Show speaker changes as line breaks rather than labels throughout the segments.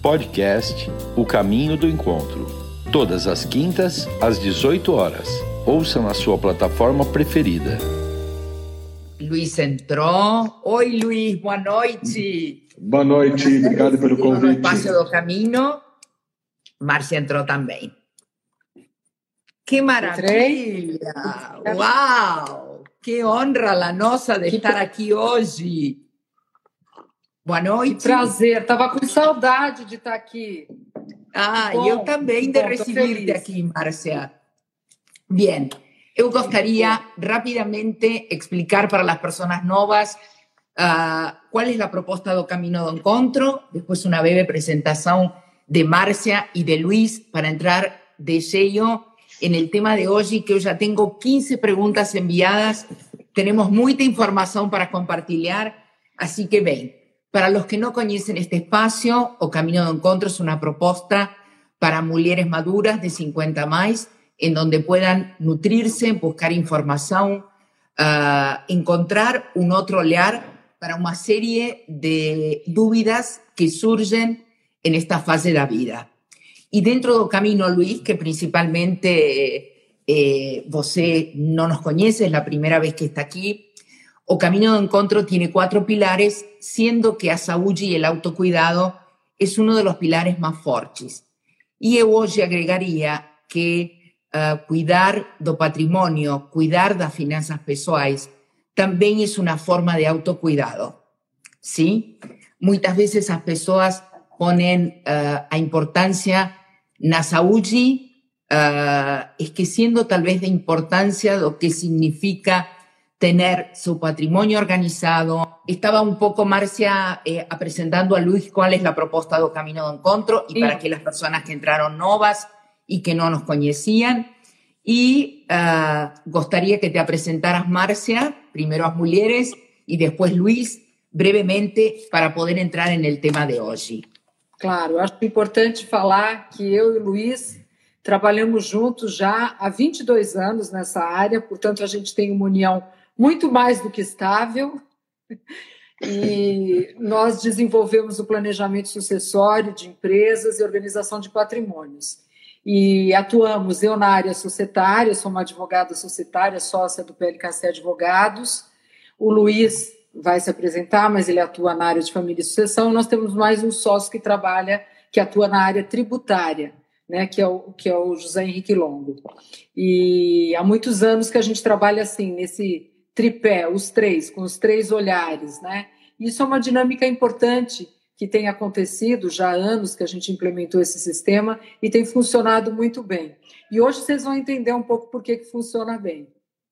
Podcast O Caminho do Encontro. Todas as quintas, às 18 horas. Ouça na sua plataforma preferida.
Luiz entrou. Oi, Luiz, boa noite.
Boa noite, obrigado pelo convite.
No Espaço do Caminho. Márcia entrou também. Que maravilha! Uau! Que honra a nossa de estar aqui hoje. Boa noite.
Que prazer, estava com saudade de estar aqui.
Bom, eu também de recibir-te aqui, Márcia. Bien, eu gostaria rapidamente explicar para as pessoas novas qual é a proposta do Caminho do Encontro, depois uma breve apresentação de Márcia e de Luiz para entrar de lleno en el tema de hoy, que yo ya tengo 15 preguntas enviadas. Tenemos mucha información para compartir, así que ven. Para los que no conocen este espacio, o Caminho do Encontro es una propuesta para mujeres maduras de 50 más, en donde puedan nutrirse, buscar información, encontrar un otro olhar para una serie de dudas que surgen en esta fase de la vida. Y dentro do Caminho, Luis, que principalmente você no nos conoce, es la primera vez que está aquí, o Caminho do Encontro tiene 4 pilares, siendo que a saúde y el autocuidado es uno de los pilares más fuertes. Y eu hoje agregaría que cuidar do patrimonio, cuidar das finanzas pessoais, también es una forma de autocuidado. ¿Sí? Muchas veces las personas ponen a importancia na saúde, esqueciendo tal vez de importancia lo que significa tener su patrimonio organizado. Estaba un poco, Márcia, presentando a Luis cuál es la propuesta do Caminho do Encontro y para que las personas que entraron novas y que no nos conocían. Y gustaría que te presentaras, Márcia, primero a las mujeres y después Luis, brevemente, para poder entrar en el tema de hoy.
Claro, acho importante falar que eu e o Luiz trabalhamos juntos já há 22 anos nessa área, portanto a gente tem uma união muito mais do que estável e nós desenvolvemos o planejamento sucessório de empresas e organização de patrimônios. E atuamos, eu na área societária, sou uma advogada societária, sócia do PLKC Advogados, o Luiz vai se apresentar, mas ele atua na área de família e sucessão. Nós temos mais um sócio que atua na área tributária, né, que é o José Henrique Longo. E há muitos anos que a gente trabalha assim, nesse tripé, com os 3 olhares, né? Isso é uma dinâmica importante que tem acontecido já há anos que a gente implementou esse sistema e tem funcionado muito bem. E hoje vocês vão entender um pouco por que funciona bem.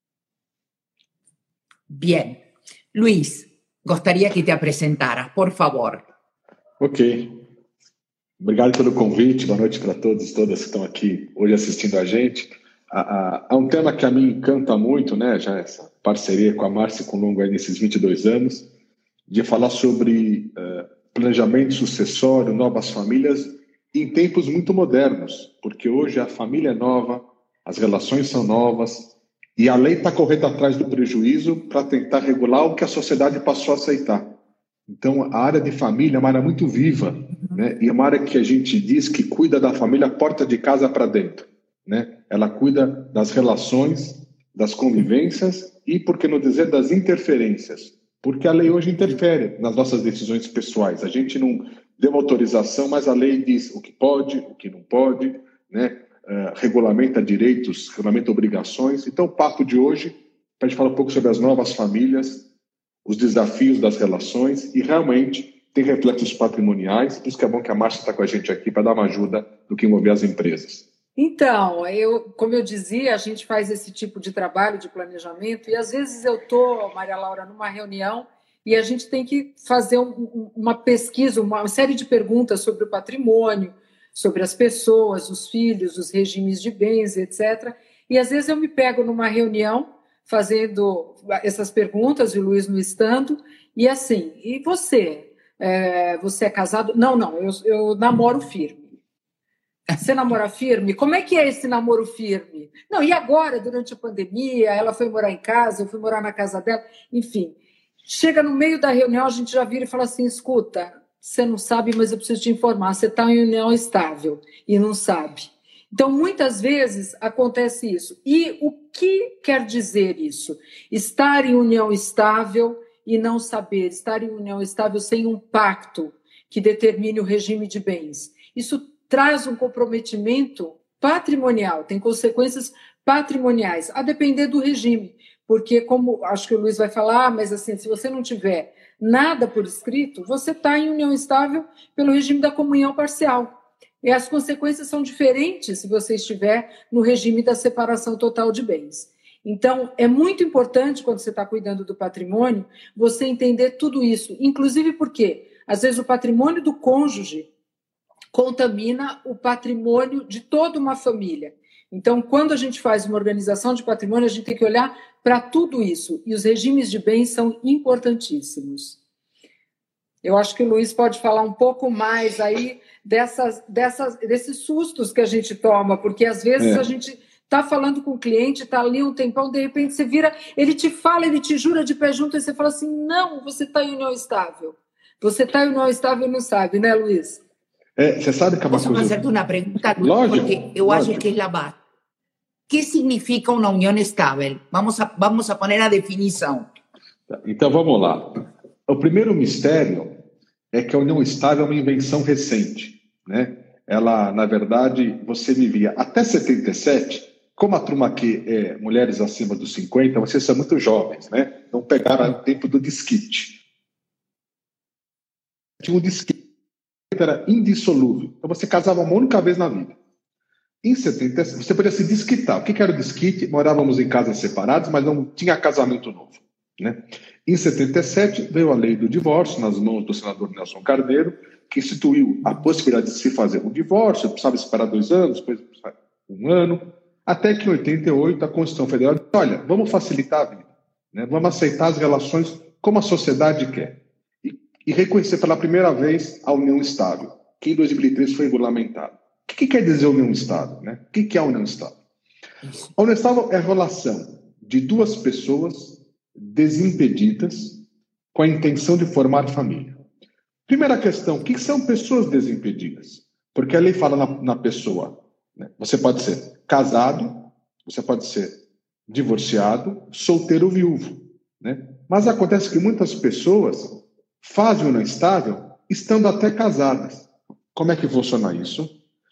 Bien. Luis, gostaria que te apresentaras, por favor.
Ok. Obrigado pelo convite. Boa noite para todos e todas que estão aqui hoje assistindo a gente. Há um tema que a mim encanta muito, né? Já essa parceria com a Márcia e com o Longo aí nesses 22 anos, de falar sobre planejamento sucessório, novas famílias, em tempos muito modernos, porque hoje a família é nova, as relações são novas, e a lei está correndo atrás do prejuízo para tentar regular o que a sociedade passou a aceitar. Então, a área de família é uma área muito viva, né? E é uma área que a gente diz que cuida da família porta de casa para dentro, né? Ela cuida das relações, das convivências e, por que não dizer, das interferências. Porque a lei hoje interfere nas nossas decisões pessoais. A gente não deu autorização, mas a lei diz o que pode, o que não pode, né? Regulamenta direitos, regulamenta obrigações. Então, o papo de hoje, para a gente falar um pouco sobre as novas famílias, os desafios das relações e realmente tem reflexos patrimoniais. Por isso que é bom que a Márcia está com a gente aqui para dar uma ajuda no que envolver as empresas.
Então, como eu dizia, a gente faz esse tipo de trabalho de planejamento e às vezes eu estou, Maria Laura, numa reunião e a gente tem que fazer uma pesquisa, uma série de perguntas sobre o patrimônio, sobre as pessoas, os filhos, os regimes de bens, etc. E às vezes eu me pego numa reunião fazendo essas perguntas, e o Luiz não estando, e assim, e você? Você é casado? Não, eu namoro firme. Você namora firme? Como é que é esse namoro firme? Não, e agora, durante a pandemia, ela foi morar em casa, eu fui morar na casa dela, enfim. Chega no meio da reunião, a gente já vira e fala assim, escuta, você não sabe, mas eu preciso te informar, você está em união estável e não sabe. Então, muitas vezes acontece isso. E o que quer dizer isso? Estar em união estável e não saber, estar em união estável sem um pacto que determine o regime de bens. Isso traz um comprometimento patrimonial, tem consequências patrimoniais, a depender do regime. Porque, como acho que o Luiz vai falar, mas assim, se você não tiver nada por escrito, você está em união estável pelo regime da comunhão parcial. E as consequências são diferentes se você estiver no regime da separação total de bens. Então, é muito importante, quando você está cuidando do patrimônio, você entender tudo isso. Inclusive porque, às vezes, o patrimônio do cônjuge contamina o patrimônio de toda uma família. Então, quando a gente faz uma organização de patrimônio, a gente tem que olhar para tudo isso. E os regimes de bens são importantíssimos. Eu acho que o Luiz pode falar um pouco mais aí desses sustos que a gente toma, porque às vezes a gente está falando com o cliente, está ali um tempão, de repente você vira, ele te fala, ele te jura de pé junto, e você fala assim, não, você está em união estável. Você está em união estável e não sabe, né, Luiz?
Você sabe que é uma
coisa... Posso fazer uma pergunta?
Lógico.
Porque eu acho que é a base. O que significa uma união estável? Vamos a poner a definição.
Então, vamos lá. O primeiro mistério é que a união estável é uma invenção recente, né? Ela, na verdade, você vivia até 77, como a turma aqui é mulheres acima dos 50, vocês são muito jovens, né? Não pegaram o tempo do disquete. Tinha um disquete que era indissolúvel. Então, você casava uma única vez na vida. Em 70, você podia se desquitar. O que era o desquite? Morávamos em casas separadas, mas não tinha casamento novo, né? Em 77, veio a lei do divórcio, nas mãos do senador Nelson Carneiro, que instituiu a possibilidade de se fazer um divórcio, precisava esperar 2 anos, depois 1 ano, até que em 88 a Constituição Federal disse, olha, vamos facilitar a vida, né? Vamos aceitar as relações como a sociedade quer. E reconhecer pela primeira vez a união estável, que em 2003 foi regulamentada. O que quer dizer união estável, né? O que é a união estável? A união estável é a relação de 2 pessoas desimpedidas com a intenção de formar família. Primeira questão, o que são pessoas desimpedidas? Porque a lei fala na pessoa, né? Você pode ser casado, você pode ser divorciado, solteiro ou viúvo, né? Mas acontece que muitas pessoas fazem união estável estando até casadas. Como é que funciona isso?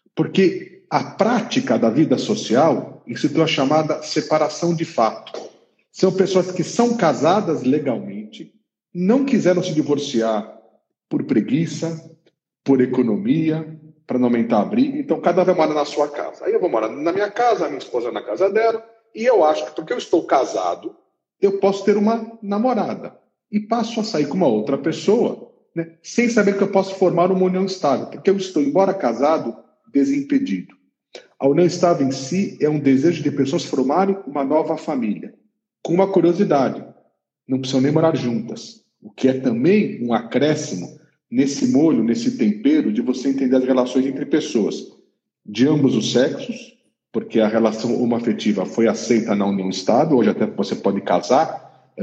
Porque a prática da vida social instituiu a chamada separação de fato. São pessoas que são casadas legalmente, não quiseram se divorciar por preguiça, por economia, para não aumentar a briga. Então, cada um vai morar na sua casa. Aí eu vou morar na minha casa, a minha esposa na casa dela, e eu acho que porque eu estou casado, eu posso ter uma namorada. E passo a sair com uma outra pessoa, né, sem saber que eu posso formar uma união estável, porque eu estou, embora casado, desimpedido. A união estável em si é um desejo de pessoas formarem uma nova família. Com uma curiosidade, não precisam nem morar juntas, o que é também um acréscimo nesse molho, nesse tempero de você entender as relações entre pessoas de ambos os sexos, porque a relação homoafetiva foi aceita na união estável, hoje até você pode casar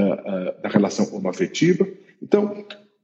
na relação homoafetiva. Então,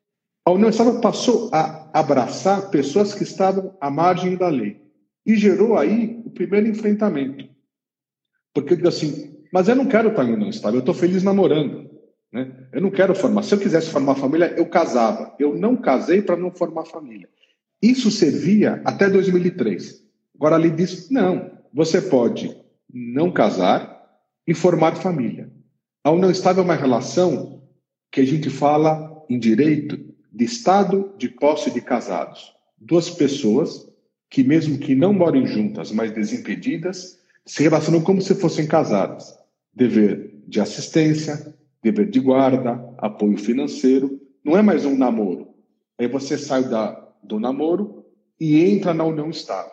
a união estável passou a abraçar pessoas que estavam à margem da lei e gerou aí o primeiro enfrentamento. Porque eu digo assim, mas eu não quero estar em união estável, eu estou feliz namorando, né? Eu não quero formar. Se eu quisesse formar família, eu casava. Eu não casei para não formar família. Isso servia até 2003. Agora a lei diz, não, você pode não casar e formar família. A união estável é uma relação que a gente fala em direito de estado de posse de casados. 2 pessoas que, mesmo que não morem juntas, mas desimpedidas, se relacionam como se fossem casadas. Dever de assistência, dever de guarda, apoio financeiro. Não é mais um namoro. Aí você sai do namoro e entra na união estável.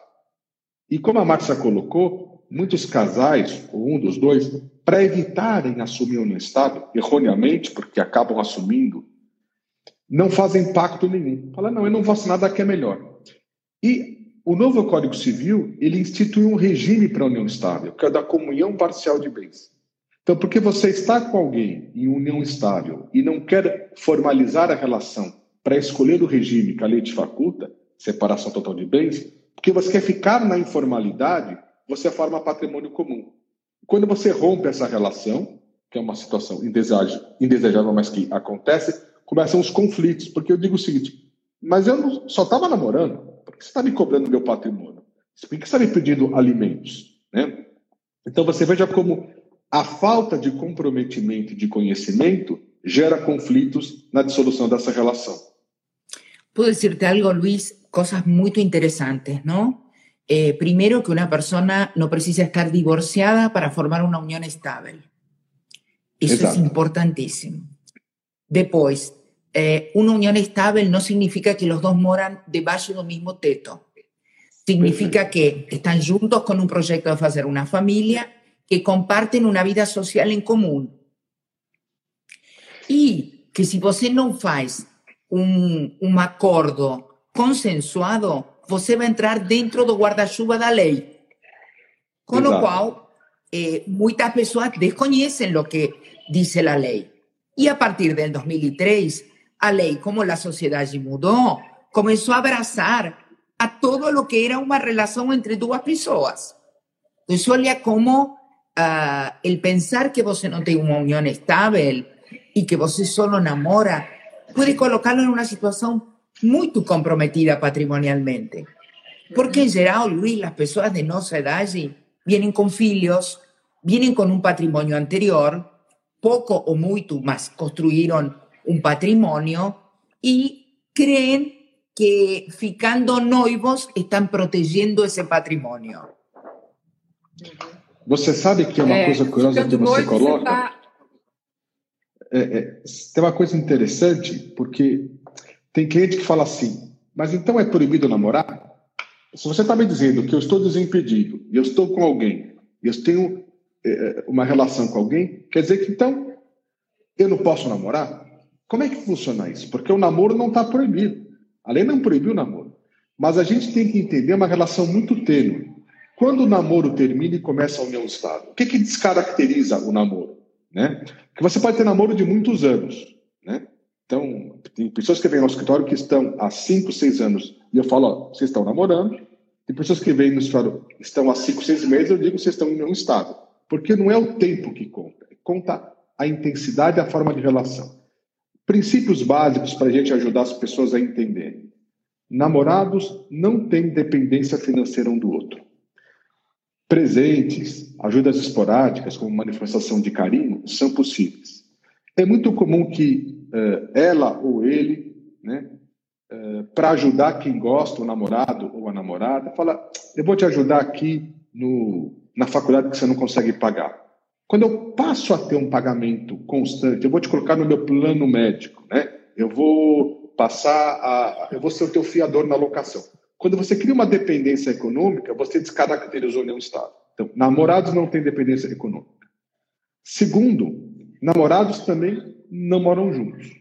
E como a Márcia colocou, muitos casais, ou um dos 2, para evitarem assumir a união estável, erroneamente, porque acabam assumindo, não fazem pacto nenhum. Fala, não, eu não vou assinar, daqui é melhor. E o novo Código Civil, ele institui um regime para a união estável, que é da comunhão parcial de bens. Então, porque você está com alguém em união estável e não quer formalizar a relação para escolher o regime que a lei te faculta, separação total de bens, porque você quer ficar na informalidade, você forma patrimônio comum. Quando você rompe essa relação, que é uma situação indesejável, mas que acontece, começam os conflitos, porque eu digo o seguinte, mas eu só estava namorando, por que você está me cobrando meu patrimônio? Por que você está me pedindo alimentos? Né? Então você veja como a falta de comprometimento e de conhecimento gera conflitos na dissolução dessa relação.
Puedo decirte algo, Luis, cosas muy interesantes, ¿no? Primero, que una persona no precisa estar divorciada para formar una unión estable. Eso
Exato.
es importantísimo. Después, una unión estable no significa que los dos moran debajo del mismo teto. Significa que están juntos con un proyecto de hacer una familia, que comparten una vida social en común. E que se você não faz acordo consensuado, você vai entrar dentro do guarda-chuva da lei. Com o qual, muitas pessoas desconhecem o que diz a lei. E a partir del 2003, a lei, como a sociedade mudou, começou a abraçar a todo o que era uma relação entre duas pessoas. Então, olha como el pensar que você não tem uma união estável e que você solo namora pode colocá-lo em uma situação muito comprometida patrimonialmente. Porque, em geral, Luis, as pessoas de nossa idade vienen com filhos, vienen com um patrimônio anterior, pouco ou muito, mas construíram um patrimônio e creem que, ficando noivos, estão protegendo esse patrimônio.
Você sabe que é uma coisa curiosa que você coloca? Tem uma coisa interessante, porque tem cliente que fala assim, mas então é proibido namorar? Se você está me dizendo que eu estou desimpedido, e eu estou com alguém, e eu tenho uma relação com alguém, quer dizer que então eu não posso namorar? Como é que funciona isso? Porque o namoro não está proibido. A lei não proibiu o namoro. Mas a gente tem que entender uma relação muito tênue. Quando o namoro termina e começa a união estável, o que descaracteriza o namoro? Né? Que você pode ter namoro de muitos anos. Né? Então, tem pessoas que vêm ao escritório que estão há 5, 6 anos e eu falo, ó, vocês estão namorando. Tem pessoas que vêm no escritório estão há 5, 6 meses, eu digo vocês estão em união estável. Porque não é o tempo que conta, conta a intensidade e a forma de relação. Princípios básicos para a gente ajudar as pessoas a entenderem. Namorados não têm dependência financeira um do outro. Presentes, ajudas esporádicas, como manifestação de carinho, são possíveis. É muito comum que ela ou ele, né, para ajudar quem gosta, o namorado ou a namorada, fala, eu vou te ajudar aqui na faculdade que você não consegue pagar. Quando eu passo a ter um pagamento constante, eu vou te colocar no meu plano médico, né? Eu vou ser o teu fiador na locação. Quando você cria uma dependência econômica, você descaracterizou o união estável. Então, namorados não têm dependência econômica. Segundo, namorados também não moram juntos.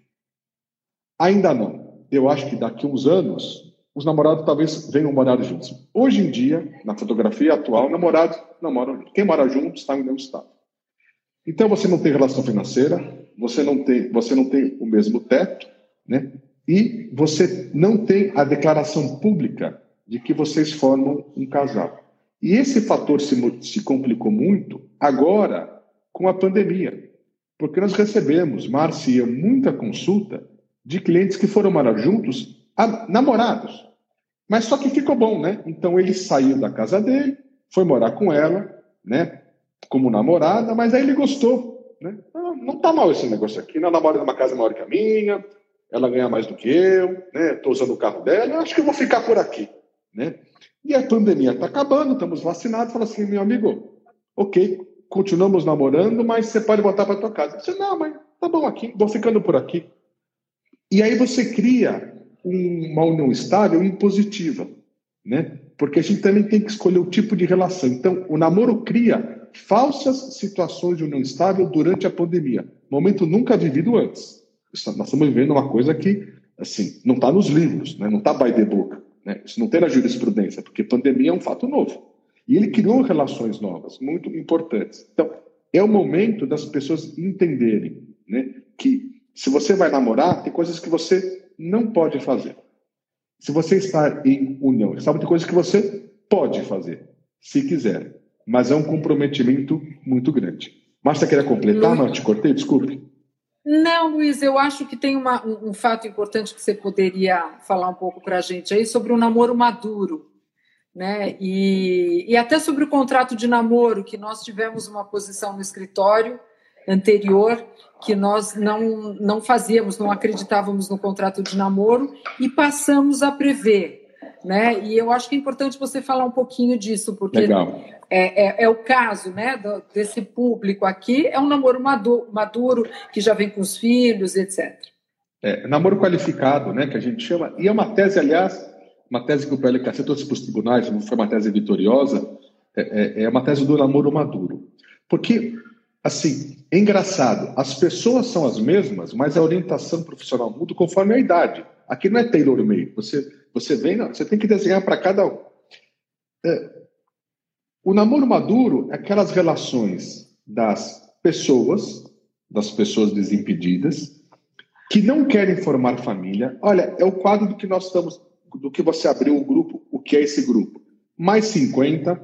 Ainda não. Eu acho que daqui a uns anos, os namorados talvez venham morar juntos. Hoje em dia, na fotografia atual, namorados não moram juntos. Quem mora junto está em união estável. Então, você não tem relação financeira, você não tem o mesmo teto, né? E você não tem a declaração pública de que vocês formam um casal. E esse fator se complicou muito agora com a pandemia. Porque nós recebemos, Márcia e eu, muita consulta de clientes que foram morar juntos, namorados. Mas só que ficou bom, né? Então ele saiu da casa dele, foi morar com ela, né? Como namorada, mas aí ele gostou, né? Não tá mal esse negócio aqui, não namora numa casa maior que a minha, ela ganha mais do que eu, né? Estou usando o carro dela, acho que eu vou ficar por aqui, né? E a pandemia está acabando, estamos vacinados, fala assim, meu amigo, ok, continuamos namorando, mas você pode voltar para tua casa. Eu disse, não, mas tá bom aqui, vou ficando por aqui. E aí você cria uma união estável e impositiva, né? Porque a gente também tem que escolher o tipo de relação. Então, o namoro cria falsas situações de união estável durante a pandemia. Momento nunca vivido antes. Nós estamos vivendo uma coisa que, assim, não está nos livros, né? Não está by the book, né? Isso não tem na jurisprudência, porque pandemia é um fato novo. E ele criou relações novas, muito importantes. Então, é o momento das pessoas entenderem, né, que se você vai namorar, tem coisas que você não pode fazer. Se você está em união estável, tem coisas que você pode fazer, se quiser. Mas é um comprometimento muito grande. Márcia, queria completar, mas eu te cortei, desculpe.
Não, Luiz, eu acho que tem um fato importante que você poderia falar um pouco para a gente aí sobre o namoro maduro, né? E até sobre o contrato de namoro, que nós tivemos uma posição no escritório anterior que nós não fazíamos, não acreditávamos no contrato de namoro e passamos a prever, né? E eu acho que é importante você falar um pouquinho disso, porque é o caso, né, desse público aqui, é um namoro maduro que já vem com os filhos, etc.
Namoro qualificado, né, que a gente chama, e é uma tese, aliás, uma tese que o PLKC trouxe para os tribunais, não foi uma tese vitoriosa, é uma tese do namoro maduro. Porque, assim, é engraçado, as pessoas são as mesmas, mas a orientação profissional muda conforme a idade. Aqui não é tailor-made, você tem que desenhar para cada um. O namoro maduro é aquelas relações das pessoas desimpedidas, que não querem formar família. Olha, é o quadro do que nós estamos, do que você abriu o grupo, o que é esse grupo? Mais 50,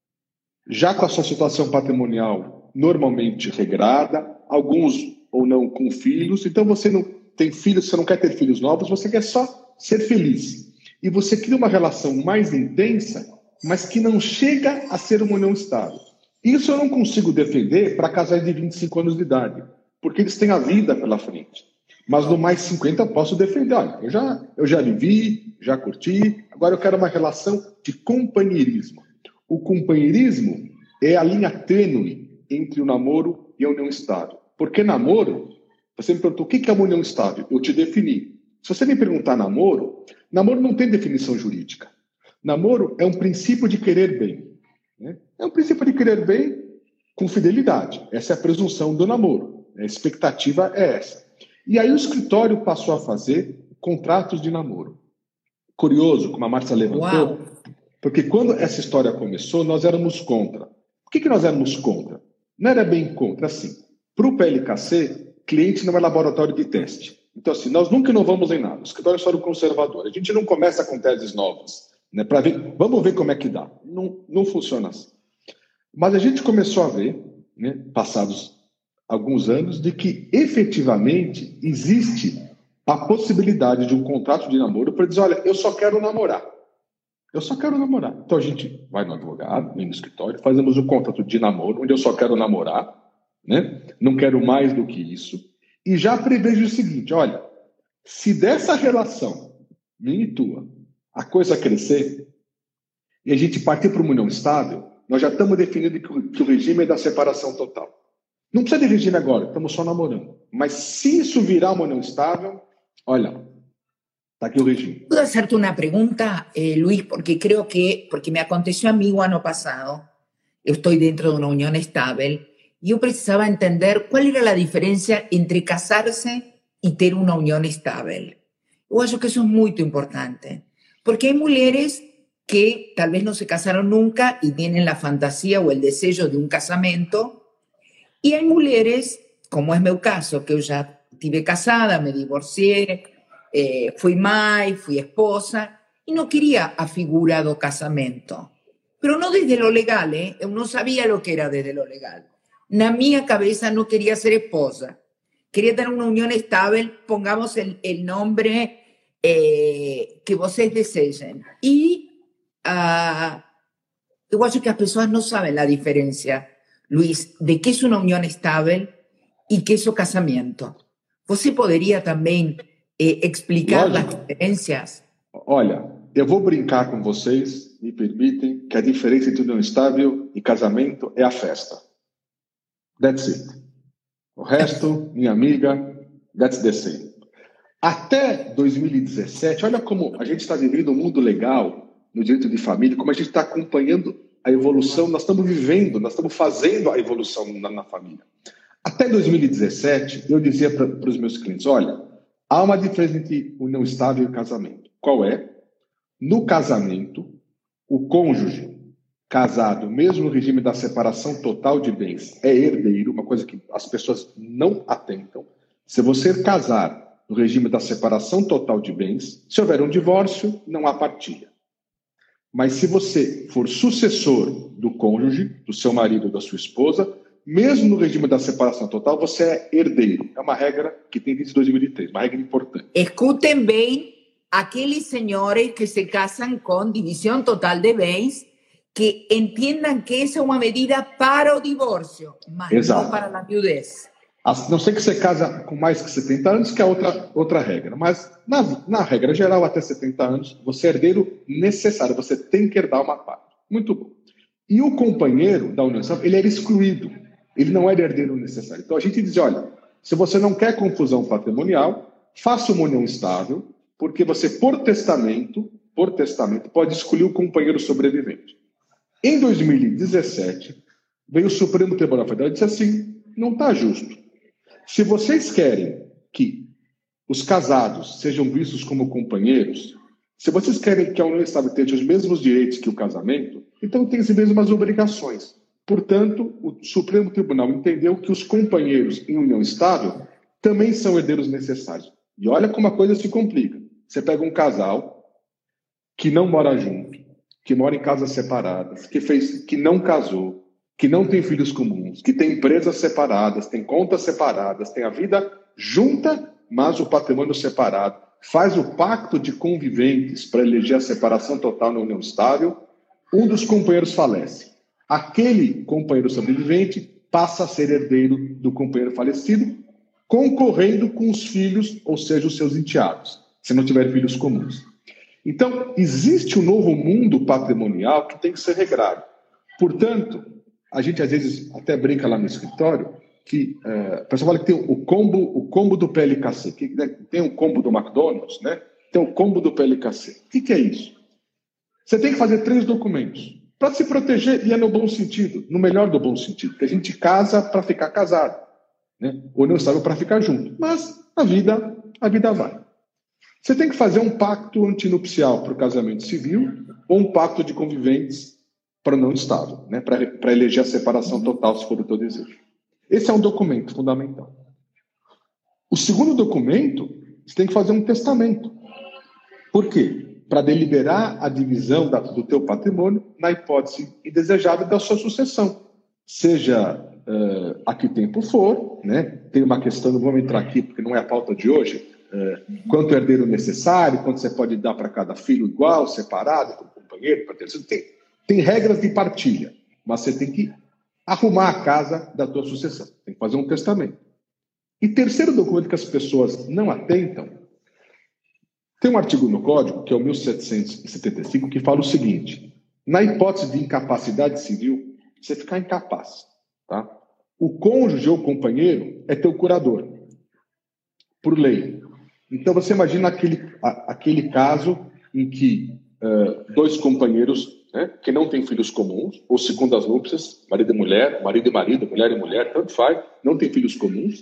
já com a sua situação patrimonial normalmente regrada, alguns ou não com filhos, então você não tem filhos, você não quer ter filhos novos, você quer só ser feliz. E você cria uma relação mais intensa, mas que não chega a ser uma união estável. Isso eu não consigo defender para casais de 25 anos de idade, porque eles têm a vida pela frente. Mas no mais 50 eu posso defender. Olha, eu já vivi, já curti, agora eu quero uma relação de companheirismo. O companheirismo é a linha tênue entre o namoro e a união estável. Porque namoro, você me perguntou o que é uma união estável? Eu te defini. Se você me perguntar namoro não tem definição jurídica. Namoro é um princípio de querer bem. Né? É um princípio de querer bem com fidelidade. Essa é a presunção do namoro. A expectativa é essa. E aí o escritório passou a fazer contratos de namoro. Curioso, como a Márcia levantou,
Uau.
Porque quando essa história começou, nós éramos contra. Por que nós éramos contra? Não era bem contra, assim. Para o PLKC, cliente não é laboratório de teste. Então, assim, nós nunca inovamos em nada. O escritório é só do conservador. A gente não começa com teses novas. Né, para ver, vamos ver como é que dá. Não funciona assim. Mas a gente começou a ver, né, passados alguns anos, de que efetivamente existe a possibilidade de um contrato de namoro para dizer, olha, eu só quero namorar. Eu só quero namorar. Então a gente vai no advogado, vem no escritório, fazemos um contrato de namoro, onde eu só quero namorar, né? Não quero mais do que isso, e já prevejo o seguinte, olha, se dessa relação, minha e tua, a coisa crescer, e a gente partir para uma união estável, nós já estamos definindo que o regime é da separação total. Não precisa de regime agora, estamos só namorando. Mas se isso virar uma união estável, olha, está aqui o regime.
¿Puedo hacerte una pregunta, Luis? Porque me aconteció a mí el año pasado. Yo estoy dentro de una unión estable y yo precisaba entender cuál era la diferencia entre casarse y tener una unión estable. Yo acho que eso es muy importante. Porque hay mujeres que tal vez no se casaron nunca y tienen la fantasía o el deseo de un casamento. Y hay mujeres, como es mi caso, que yo ya estuve casada, me divorcié, fui mãe, fui esposa y no quería afigurado casamento. Pero no desde lo legal, yo no sabía lo que era desde lo legal. Na minha cabeza no quería ser esposa. Quería tener una unión estable, pongamos el nombre que vocês desejem. Y yo acho que las personas no saben la diferencia, Luis, de qué es una unión estable y qué es o casamento. Você poderia também explicar as diferenças?
Olha, eu vou brincar com vocês, me permitem, que a diferença entre união estável e casamento é a festa. That's it. O resto, minha amiga, that's the same. Até 2017, olha como a gente está vivendo um mundo legal no direito de família, como a gente está acompanhando a evolução, nós estamos vivendo, nós estamos fazendo a evolução na família. Até 2017, eu dizia para os meus clientes, olha, há uma diferença entre união estável e casamento. Qual é? No casamento, o cônjuge casado, mesmo no regime da separação total de bens, é herdeiro, uma coisa que as pessoas não atentam. Se você casar no regime da separação total de bens. Se houver um divórcio, não há partilha. Mas se você for sucessor do cônjuge, do seu marido ou da sua esposa, mesmo no regime da separação total, você é herdeiro. É uma regra que tem desde 2003, uma regra importante.
Escutem bem aqueles senhores que se casam com divisão total de bens, que entendam que essa é uma medida para o divórcio, mas
Exato.
não para a viudez.
A não ser que você casa com mais que 70 anos, que é outra regra. Mas, na regra geral, até 70 anos, você é herdeiro necessário. Você tem que herdar uma parte. Muito bom. E o companheiro da união estável, ele era excluído. Ele não era herdeiro necessário. Então, a gente diz, olha, se você não quer confusão patrimonial, faça uma união estável, porque você, por testamento, pode escolher o companheiro sobrevivente. Em 2017, veio o Supremo Tribunal Federal e disse assim, não está justo. Se vocês querem que os casados sejam vistos como companheiros, se vocês querem que a união estável tenha os mesmos direitos que o casamento, então tem as mesmas obrigações. Portanto, o Supremo Tribunal entendeu que os companheiros em união estável também são herdeiros necessários. E olha como a coisa se complica. Você pega um casal que não mora junto, que mora em casas separadas, que não casou, que não tem filhos comuns, que tem empresas separadas, tem contas separadas, tem a vida junta, mas o patrimônio separado, faz o pacto de conviventes para eleger a separação total na união estável, um dos companheiros falece. Aquele companheiro sobrevivente passa a ser herdeiro do companheiro falecido, concorrendo com os filhos, ou seja, os seus enteados, se não tiver filhos comuns. Então, existe um novo mundo patrimonial que tem que ser regrado. Portanto, a gente às vezes até brinca lá no escritório que o pessoal fala que tem o combo do PLKC, que, né, tem o combo do McDonald's, né? Tem o combo do PLKC. O que é isso? Você tem que fazer 3 documentos para se proteger, e é no bom sentido, no melhor do bom sentido, que a gente casa para ficar casado, né? Ou não estável para ficar junto. Mas a vida vai. Você tem que fazer um pacto antinupcial para o casamento civil ou um pacto de conviventes para o não estável, né? Para eleger a separação total, se for o teu desejo. Esse é um documento fundamental. O segundo documento, você tem que fazer um testamento. Por quê? Para deliberar a divisão do teu patrimônio na hipótese indesejável da sua sucessão. Seja a que tempo for, né? Tem uma questão, não vamos entrar aqui porque não é a pauta de hoje, quanto herdeiro necessário, quanto você pode dar para cada filho igual, separado, para o companheiro, para terceiro. Tem regras de partilha, mas você tem que arrumar a casa da tua sucessão. Tem que fazer um testamento. E terceiro documento que as pessoas não atentam, tem um artigo no Código, que é o 1775, que fala o seguinte: na hipótese de incapacidade civil, você ficar incapaz, tá? O cônjuge ou companheiro é teu curador, por lei. Então você imagina aquele caso em que 2 companheiros, né, que não têm filhos comuns, ou segundo as núpcias, marido e marido, mulher e mulher, tanto faz, não tem filhos comuns,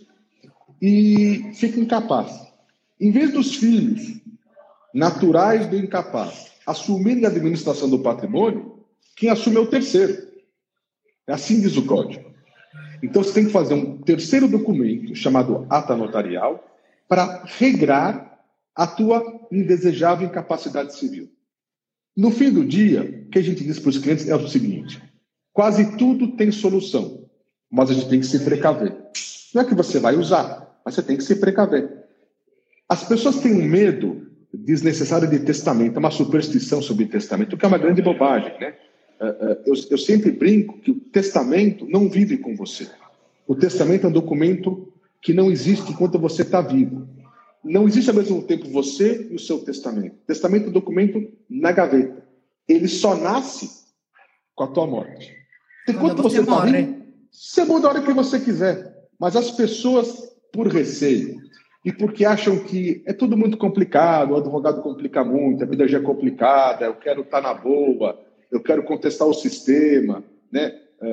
e fica incapaz. Em vez dos filhos naturais do incapaz assumirem a administração do patrimônio, quem assume é o terceiro. Assim diz o Código. Então você tem que fazer um terceiro documento, chamado ata notarial, para regrar a tua indesejável incapacidade civil. No fim do dia, o que a gente diz para os clientes é o seguinte: quase tudo tem solução, mas a gente tem que se precaver. Não é que você vai usar, mas você tem que se precaver. As pessoas têm um medo desnecessário de testamento, é uma superstição sobre testamento, o que é uma grande bobagem, né? Eu sempre brinco que o testamento não vive com você. O testamento é um documento que não existe enquanto você está vivo. Não existe ao mesmo tempo você e o seu testamento. O testamento é um documento na gaveta. Ele só nasce com a tua morte. Enquanto você está vivo, você muda a hora que você quiser. Mas as pessoas, por receio e porque acham que é tudo muito complicado, o advogado complica muito, a vida já é complicada, eu quero estar na boa, eu quero contestar o sistema, né?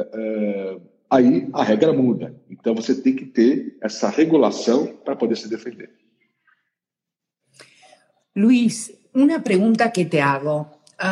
Aí a regra muda. Então você tem que ter essa regulação para poder se defender.
Luis, una pregunta que te hago.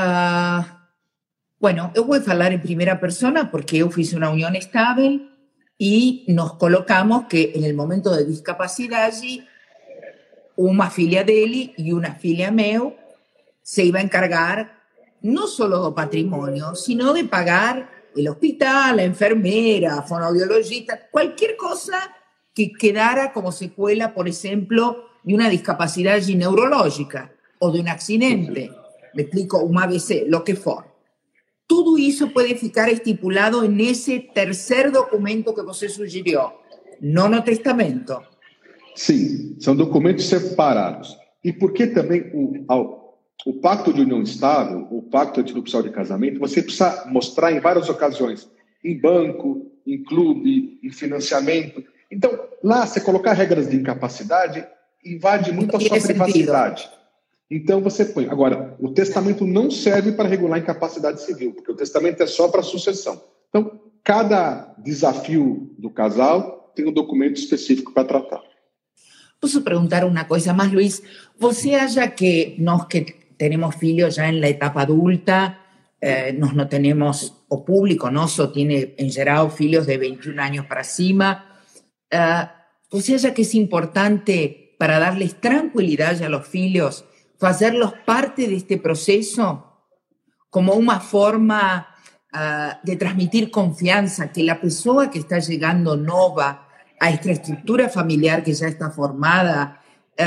Bueno, yo voy a hablar en primera persona porque yo fiz una unión estable y nos colocamos que en el momento de discapacidad allí uma filha dele e uma filha meu se iba a encargar no solo do patrimônio, sino de pagar el hospital, la enfermera, fonoaudiologista, cualquier cosa que quedara como secuela, por ejemplo, de una discapacidad neurológica o de un accidente, me explico, un ABC, lo que for. Tudo isso pode ficar estipulado nesse terceiro documento que você sugeriu, não no testamento.
Sim, são documentos separados. E por que também o pacto de união estável, o pacto antinupcial de casamento, você precisa mostrar em várias ocasiões, em banco, em clube, em financiamento. Então, lá, você colocar regras de incapacidade invade muito a sua privacidade. Então, você põe. Agora, o testamento não serve para regular a incapacidade civil, porque o testamento é só para a sucessão. Então, cada desafio do casal tem um documento específico para tratar.
Posso perguntar uma coisa mais, Luiz? Você acha que nós que temos filhos já na etapa adulta, nós não temos, o público nosso tem, em geral, filhos de 21 anos para cima, você acha que é importante para darles tranquilidade a los filhos hacerlos parte de este proceso como una forma de transmitir confianza, que la persona que está llegando nova a esta estructura familiar que ya está formada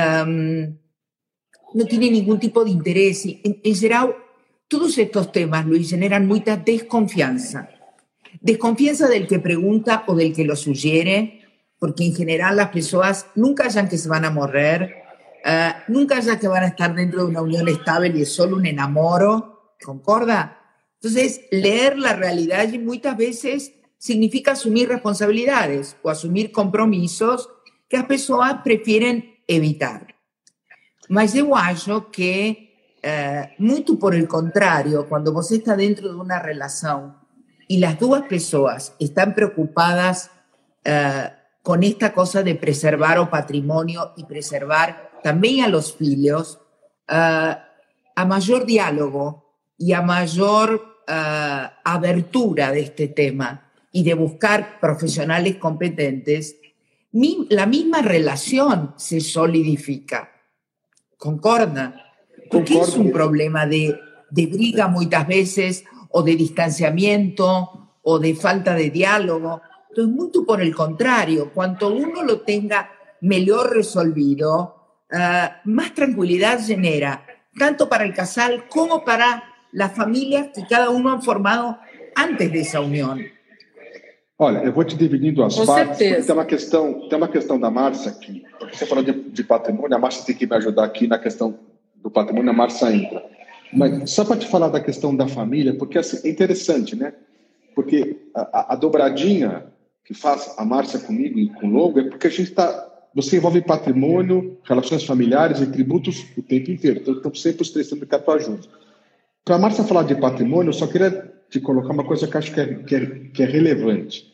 no tiene ningún tipo de interés. En general, todos estos temas, Luis, generan mucha desconfianza. Desconfianza del que pregunta o del que lo sugiere, porque en general las personas nunca hallan que se van a morrer, nunca ya que van a estar dentro de una unión estable y es solo un enamoro, ¿concorda? Entonces, leer la realidad y muchas veces significa asumir responsabilidades o asumir compromisos que las personas prefieren evitar. Mas eu acho que, muito por el contrario, cuando vos está dentro de una relación y las dos personas están preocupadas con esta cosa de preservar o patrimonio y preservar también a los filhos, a mayor diálogo y a mayor abertura de este tema y de buscar profesionales competentes, la misma relación se solidifica. ¿Concorda? Porque es un problema de briga muchas veces, o de distanciamiento, o de falta de diálogo. Entonces, mucho por el contrario, cuanto uno lo tenga mejor resolvido, más tranquilidad genera, tanto para el casal como para las familias que cada uno han formado antes de esa união.
Olha, eu vou te dividindo as partes,
certeza.
Tem uma questão da Márcia aqui, porque você falou de patrimônio, a Márcia tem que me ajudar aqui na questão do patrimônio, a Márcia entra. Mas só para te falar da questão da família, porque assim, é interessante, né? Porque a dobradinha que faz a Márcia comigo e com o Longo é porque a gente está... Você envolve patrimônio, relações familiares e tributos o tempo inteiro. Então, estamos sempre os três tendo que atuar juntos. Para a Márcia falar de patrimônio, eu só queria te colocar uma coisa que eu acho que é relevante.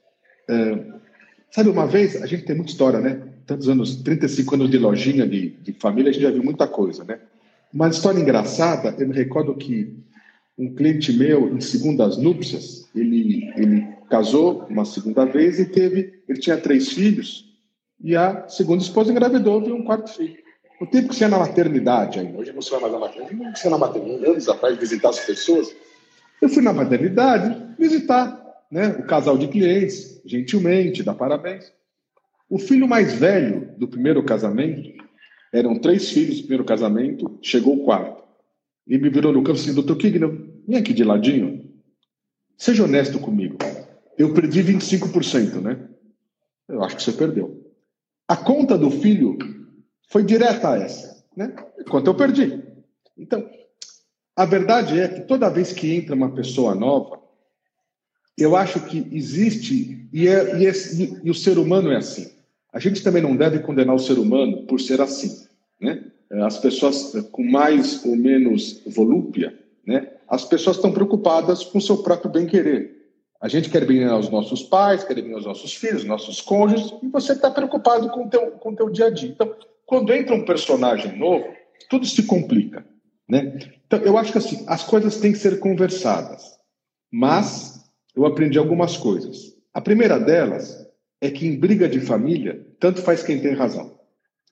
Sabe, uma vez, a gente tem muita história, né? Tantos anos, 35 anos de lojinha de família, a gente já viu muita coisa, né? Uma história engraçada, eu me recordo que um cliente meu, em segundas núpcias, ele casou uma segunda vez e ele tinha 3 filhos, e a segunda esposa engravidou, veio um 4º filho. O tempo que você ia na maternidade ainda, hoje não se vai mais na maternidade, não se ia na maternidade, anos atrás, visitar as pessoas. Eu fui na maternidade visitar, né, o casal de clientes, gentilmente, dar parabéns. O filho mais velho do primeiro casamento, eram 3 filhos do primeiro casamento, chegou o 4º. E me virou no campo assim, doutor Kigner, vem aqui de ladinho, seja honesto comigo. Eu perdi 25%, né? Eu acho que você perdeu. A conta do filho foi direta a essa, né? Quanto eu perdi. Então, a verdade é que toda vez que entra uma pessoa nova, eu acho que existe, e o ser humano é assim. A gente também não deve condenar o ser humano por ser assim, né? As pessoas com mais ou menos volúpia, né? As pessoas estão preocupadas com o seu próprio bem-querer. A gente quer bem aos nossos pais, quer bem aos nossos filhos, nossos cônjuges, e você está preocupado com o teu dia a dia. Então, quando entra um personagem novo, tudo se complica, né? Então, eu acho que assim, as coisas têm que ser conversadas, mas eu aprendi algumas coisas. A primeira delas é que em briga de família, tanto faz quem tem razão.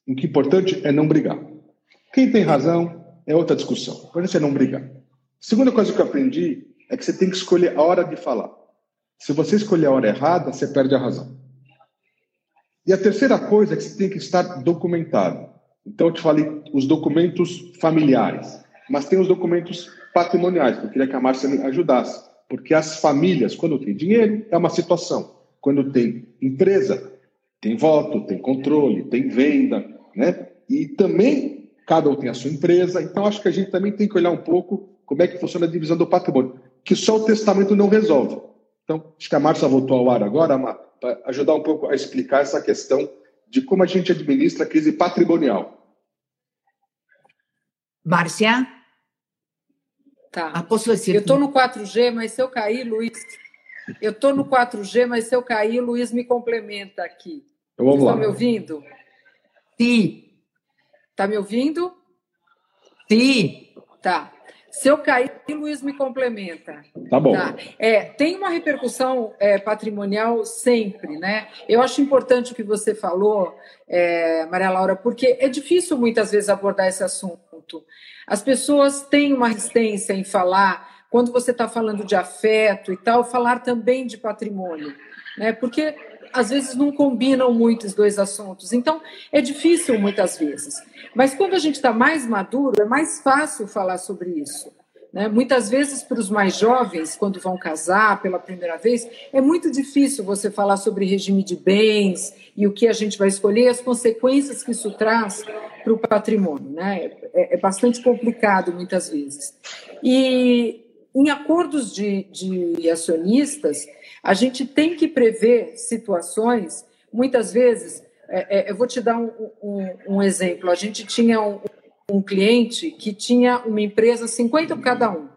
O que é importante é não brigar. Quem tem razão é outra discussão. O importante é não brigar. Segunda coisa que eu aprendi é que você tem que escolher a hora de falar. Se você escolher a hora errada, você perde a razão. E a terceira coisa é que você tem que estar documentado. Então, eu te falei os documentos familiares, mas tem os documentos patrimoniais, que eu queria que a Márcia me ajudasse. Porque as famílias, quando tem dinheiro, é uma situação. Quando tem empresa, tem voto, tem controle, tem venda, né? E também, cada um tem a sua empresa. Então, acho que a gente também tem que olhar um pouco como é que funciona a divisão do patrimônio, que só o testamento não resolve. Então, acho que a Márcia voltou ao ar agora para ajudar um pouco a explicar essa questão de como a gente administra a crise patrimonial.
Márcia?
Tá.
Posso dizer...
Eu estou no 4G, mas se eu cair, Luiz... Eu estou no 4G, mas se eu cair, Luiz me complementa aqui.
Então, vamos lá.
Estão me ouvindo?
Sim.
Está me ouvindo?
Sim.
Tá. Se eu cair, Luiz me complementa.
Tá bom.
Tá. Tem uma repercussão patrimonial sempre, né? Eu acho importante o que você falou, Maria Laura, porque é difícil muitas vezes abordar esse assunto. As pessoas têm uma resistência em falar, quando você está falando de afeto e tal, falar também de patrimônio, né? Porque às vezes não combinam muito os dois assuntos. Então, é difícil muitas vezes. Mas quando a gente está mais maduro, é mais fácil falar sobre isso, né? Muitas vezes, para os mais jovens, quando vão casar pela primeira vez, é muito difícil você falar sobre regime de bens e o que a gente vai escolher e as consequências que isso traz para o patrimônio, né? É bastante complicado, muitas vezes. E em acordos de acionistas, a gente tem que prever situações, muitas vezes, eu vou te dar um exemplo. A gente tinha um cliente que tinha uma empresa, 50 cada um.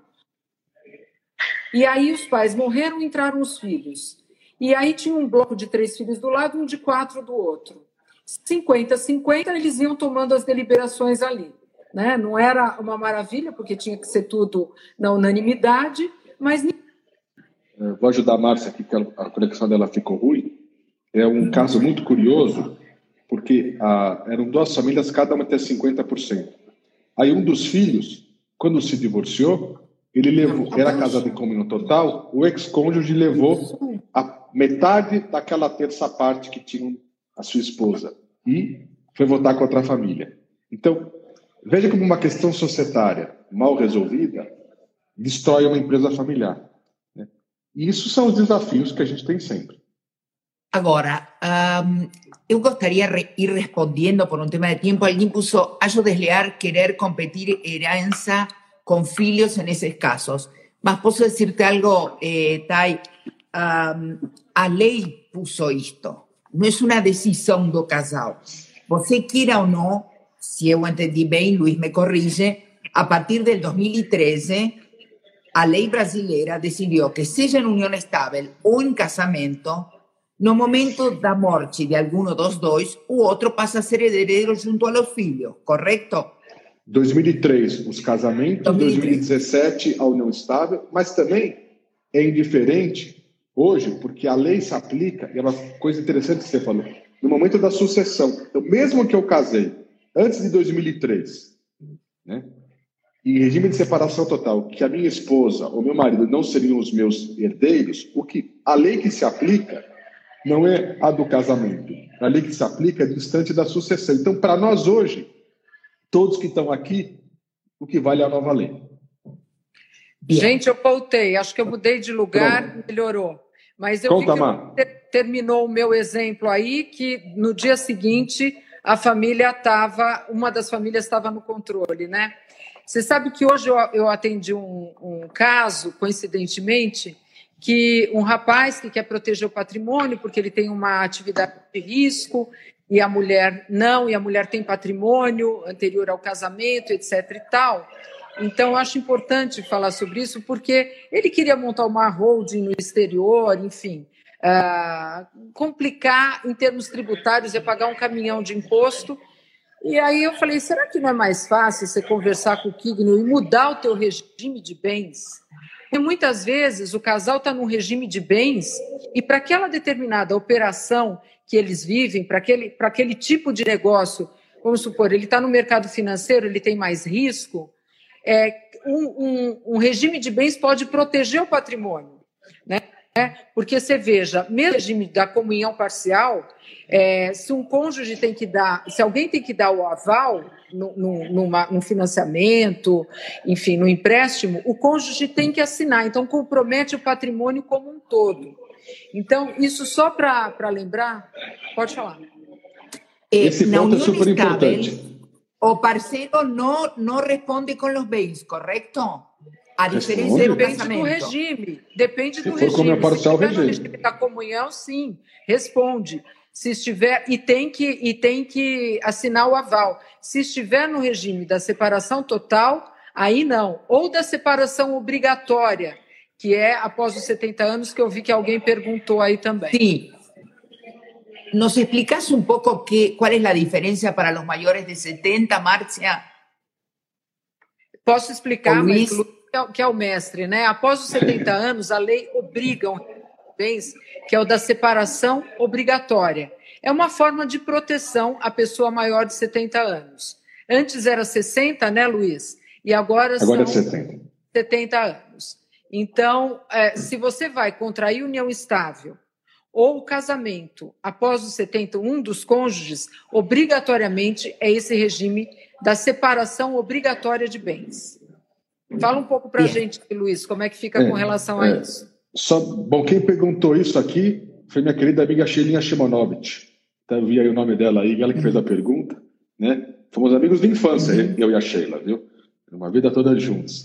E aí os pais morreram e entraram os filhos. E aí tinha um bloco de 3 filhos do lado, um de 4 do outro. 50-50, eles iam tomando as deliberações ali, né? Não era uma maravilha, porque tinha que ser tudo na unanimidade, mas...
Vou ajudar a Márcia aqui, que a conexão dela ficou ruim. É um caso muito curioso, porque eram 2 famílias, cada uma tem 50%. Aí um dos filhos, quando se divorciou, ele levou, era casado em comunhão total, o ex-cônjuge levou a metade daquela terça parte que tinha a sua esposa e foi votar contra a família. Então, veja como uma questão societária mal resolvida destrói uma empresa familiar. E isso são os desafios que a gente tem sempre.
Agora, eu gostaria de ir respondendo por um tema de tempo. Alguém puso, acho desleal querer competir herança com filhos nesses casos. Mas posso dizer-te algo, Thay? A lei puso isto. Não é uma decisão do casal. Você queira ou não, se eu entendi bem, Luiz me corrige, a partir del 2013... a lei brasileira decidiu que, seja em união estável ou em casamento, no momento da morte de algum dos dois, o outro passa a ser herdeiro junto aos filhos, correto?
2003, os casamentos, 2017, a união estável, mas também é indiferente hoje, porque a lei se aplica, e é uma coisa interessante que você falou, no momento da sucessão. Então, mesmo que eu casei antes de 2003, né? Em regime de separação total, que a minha esposa ou meu marido não seriam os meus herdeiros, a lei que se aplica não é a do casamento. A lei que se aplica é do instante da sucessão. Então, para nós hoje, todos que estão aqui, o que vale é a nova lei.
Gente, eu voltei. Acho que eu mudei de lugar, pronto. Melhorou. Mas eu vi que terminou o meu exemplo aí, que no dia seguinte a família estava, uma das famílias estava no controle, né? Você sabe que hoje eu atendi um caso, coincidentemente, que um rapaz que quer proteger o patrimônio porque ele tem uma atividade de risco e a mulher não, e a mulher tem patrimônio anterior ao casamento, etc. e tal. Então, eu acho importante falar sobre isso porque ele queria montar uma holding no exterior, enfim, complicar em termos tributários, pagar um caminhão de imposto. E aí eu falei, será que não é mais fácil você conversar com o Quigno e mudar o teu regime de bens? E muitas vezes o casal está num regime de bens e para aquela determinada operação que eles vivem, para aquele tipo de negócio, vamos supor, ele está no mercado financeiro, ele tem mais risco, um regime de bens pode proteger o patrimônio, né? Porque você veja, mesmo no regime da comunhão parcial, se um cônjuge tem que dar, se alguém tem que dar o aval num financiamento, enfim, no empréstimo, o cônjuge tem que assinar, então compromete o patrimônio como um todo. Então, isso só para lembrar, pode falar.
Esse ponto é super importante.
O parceiro não responde com os bens, correto? A diferença do casamento.
Depende do regime.
Se for como parcial,
no regime da comunhão, sim, responde. Se estiver e tem que assinar o aval. Se estiver no regime da separação total, aí não. Ou da separação obrigatória, que é após os 70 anos, que eu vi que alguém perguntou aí também.
Sim. ¿Nos explicas un poco cuál es la diferencia para los mayores de 70, Márcia?
Posso explicar, mas que é o mestre, né? Após os 70 anos, a lei obriga bens, que é o da separação obrigatória. É uma forma de proteção à pessoa maior de 70 anos. Antes era 60, né, Luiz? E agora são
é
70 anos. Então, se você vai contrair união estável ou o casamento após os 70, um dos cônjuges, obrigatoriamente é esse regime da separação obrigatória de bens. Fala um pouco para a gente, Luiz, como é que fica com relação a isso.
Bom, quem perguntou isso aqui foi minha querida amiga Sheilinha Shimonovich. Então, eu vi aí o nome dela aí, ela que fez a pergunta, né? Fomos amigos de infância, eu e a Sheila, viu? Uma vida toda juntos.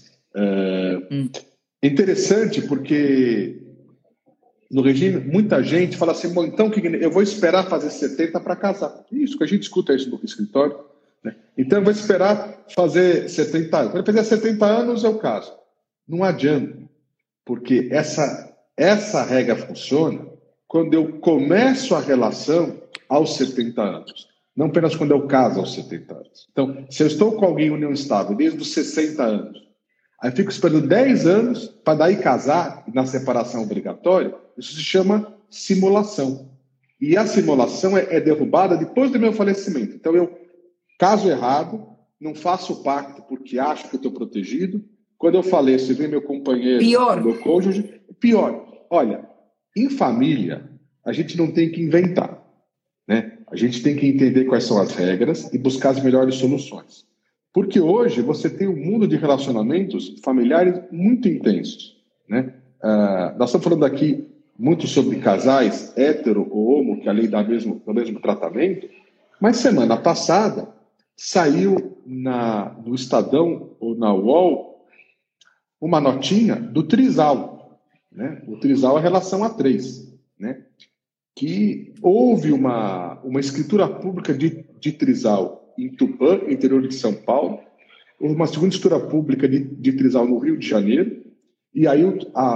Interessante porque no regime, muita gente fala assim, bom, então eu vou esperar fazer 70 para casar. Isso que a gente escuta isso no escritório. Né? Então eu vou esperar fazer 70 anos. Quando eu fizer 70 anos, eu caso. Não adianta, porque essa regra funciona quando eu começo a relação aos 70 anos. Não apenas quando eu caso aos 70 anos. Então, se eu estou com alguém em união estável desde os 60 anos, aí fico esperando 10 anos para daí casar na separação obrigatória, isso se chama simulação. E a simulação é derrubada depois do meu falecimento. Então eu caso errado, não faço o pacto porque acho que eu estou protegido. Quando eu faleço e vem meu companheiro, meu cônjuge, pior. Olha, em família, a gente não tem que inventar, né? A gente tem que entender quais são as regras e buscar as melhores soluções. Porque hoje você tem um mundo de relacionamentos familiares muito intensos, né? Nós estamos falando aqui muito sobre casais hétero ou homo, que a lei dá o mesmo tratamento, mas semana passada saiu no Estadão ou na UOL uma notinha do trisal, né? O trisal é a relação a três, né? Que houve uma escritura pública de trisal em Tupã, interior de São Paulo, houve uma segunda escritura pública de trisal no Rio de Janeiro, e aí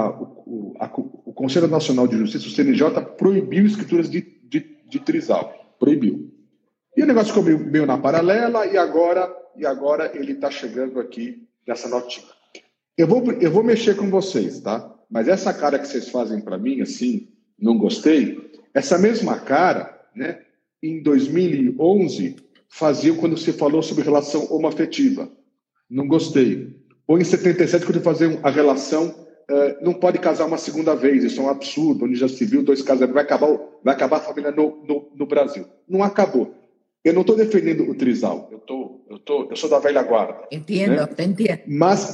o Conselho Nacional de Justiça, o CNJ, proibiu escrituras de trisal, proibiu. E o negócio ficou meio na paralela, e agora ele está chegando aqui nessa notinha. Eu vou mexer com vocês, tá? Mas essa cara que vocês fazem para mim, assim, não gostei, essa mesma cara, né, em 2011, faziam quando se falou sobre relação homoafetiva. Não gostei. Ou em 77, quando faziam a relação, não pode casar uma segunda vez, isso é um absurdo, onde já se viu 2 casamentos, vai acabar a família no Brasil. Não acabou. Eu não estou defendendo o trisal, eu sou da velha guarda.
Entendo,
né?
Entendo.
Mas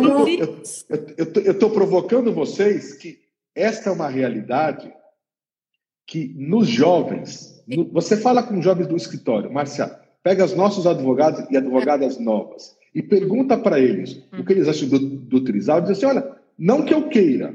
eu estou provocando vocês que esta é uma realidade que nos jovens, você fala com jovens do escritório, Márcia, pega os nossos advogados e advogadas novas e pergunta para eles o que eles acham do trisal, diz assim, olha, não que eu queira,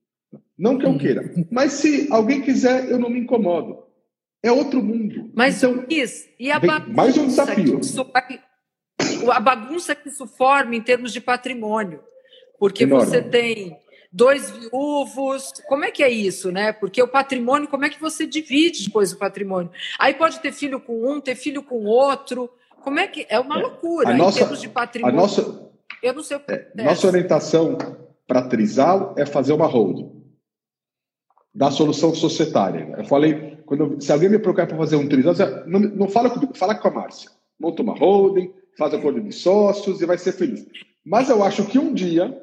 mas se alguém quiser, eu não me incomodo. É outro mundo.
Mas,
então,
Luiz, e a bagunça
mais um desafio.
A bagunça que isso forma em termos de patrimônio, porque
enorme.
Você tem 2 viúvos, como é que é isso, né? Porque o patrimônio, como é que você divide depois o patrimônio? Aí pode ter filho com um, ter filho com outro, como é que... É uma loucura, em termos de patrimônio. Eu não sei o que
nossa orientação para trisal é fazer uma holding, da solução societária. Eu falei, se alguém me procurar para fazer um trisal, não fala comigo, fala com a Márcia. monta uma holding, faz acordo de sócios e vai ser feliz. Mas eu acho que um dia,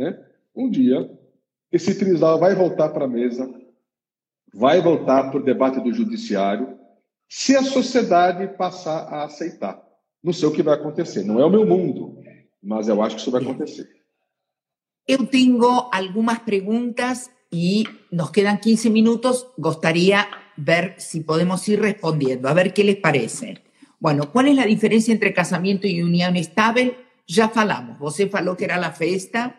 esse trisal vai voltar para a mesa, vai voltar para o debate do judiciário, se a sociedade passar a aceitar. Não sei o que vai acontecer, não é o meu mundo, mas eu acho que isso vai acontecer.
Eu tenho algumas perguntas e nos quedan 15 minutos. Gostaria ver si podemos ir respondiendo, a ver qué les parece. Bueno, ¿cuál es la diferencia entre casamiento y unión estable? Ya falamos, você falou que era la festa,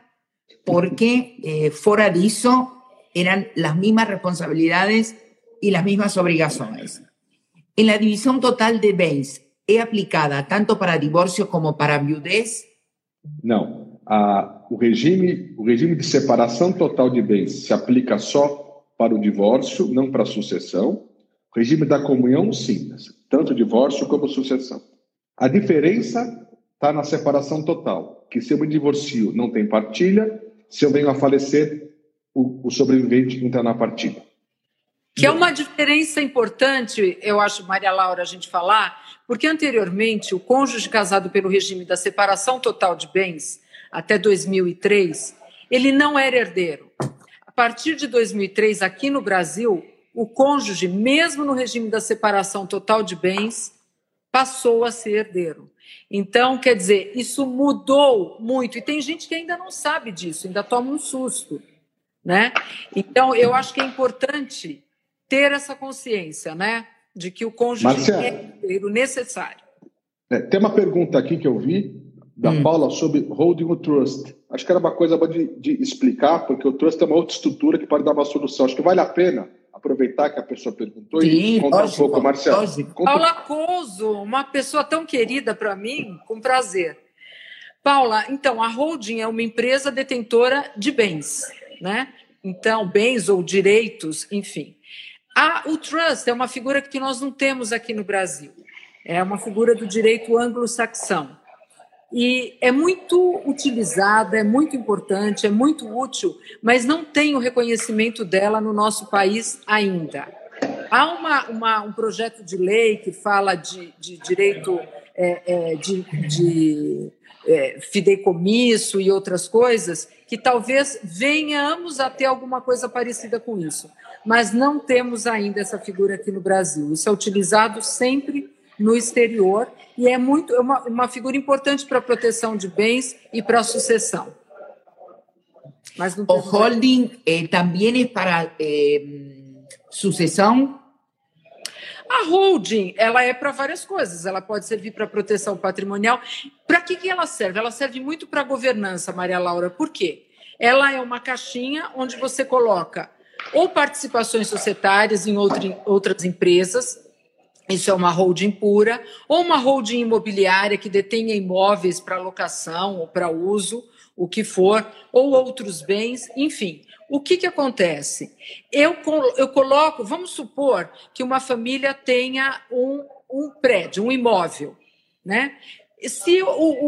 porque fora disso eran las mismas responsabilidades y las mismas obrigaciones. En la división total de bens, ¿es aplicada tanto para divorcio como para viudez?
Não. O regime de separação total de bens se aplica só para o divórcio, não para a sucessão. O regime da comunhão, sim, tanto divórcio como sucessão. A diferença está na separação total, que se eu me divorcio não tem partilha, se eu venho a falecer, o sobrevivente entra na partilha.
Que é uma diferença importante, eu acho, Maria Laura, a gente falar, porque anteriormente o cônjuge casado pelo regime da separação total de bens, até 2003, ele não era herdeiro. A partir de 2003, aqui no Brasil, o cônjuge, mesmo no regime da separação total de bens, passou a ser herdeiro. Então, quer dizer, isso mudou muito. E tem gente que ainda não sabe disso, ainda toma um susto, né? Então, eu acho que é importante ter essa consciência, né? De que o cônjuge é herdeiro necessário.
Tem uma pergunta aqui que eu vi da Paula sobre holding o trust. Acho que era uma coisa boa de explicar, porque o trust é uma outra estrutura que pode dar uma solução. Acho que vale a pena aproveitar que a pessoa perguntou e contar um pouco, Marcelo.
Paula Couso, uma pessoa tão querida para mim, com prazer. Paula, então, a holding é uma empresa detentora de bens, né? Então, bens ou direitos, enfim. O trust é uma figura que nós não temos aqui no Brasil. É uma figura do direito anglo-saxão. E é muito utilizada, é muito importante, é muito útil, mas não tem o reconhecimento dela no nosso país ainda. Há um projeto de lei que fala de direito de fideicomisso e outras coisas, que talvez venhamos a ter alguma coisa parecida com isso. Mas não temos ainda essa figura aqui no Brasil. Isso é utilizado sempre no exterior e é uma figura importante para a proteção de bens e para a sucessão. Mas não
o holding também é para sucessão?
A holding, ela é para várias coisas. Ela pode servir para proteção patrimonial. Para que ela serve? Ela serve muito para governança, Maria Laura. Por quê? Ela é uma caixinha onde você coloca ou participações societárias em outras empresas, isso é uma holding pura, ou uma holding imobiliária que detenha imóveis para locação ou para uso, o que for, ou outros bens, enfim. O que acontece? Eu coloco, vamos supor que uma família tenha um prédio, um imóvel, né? Se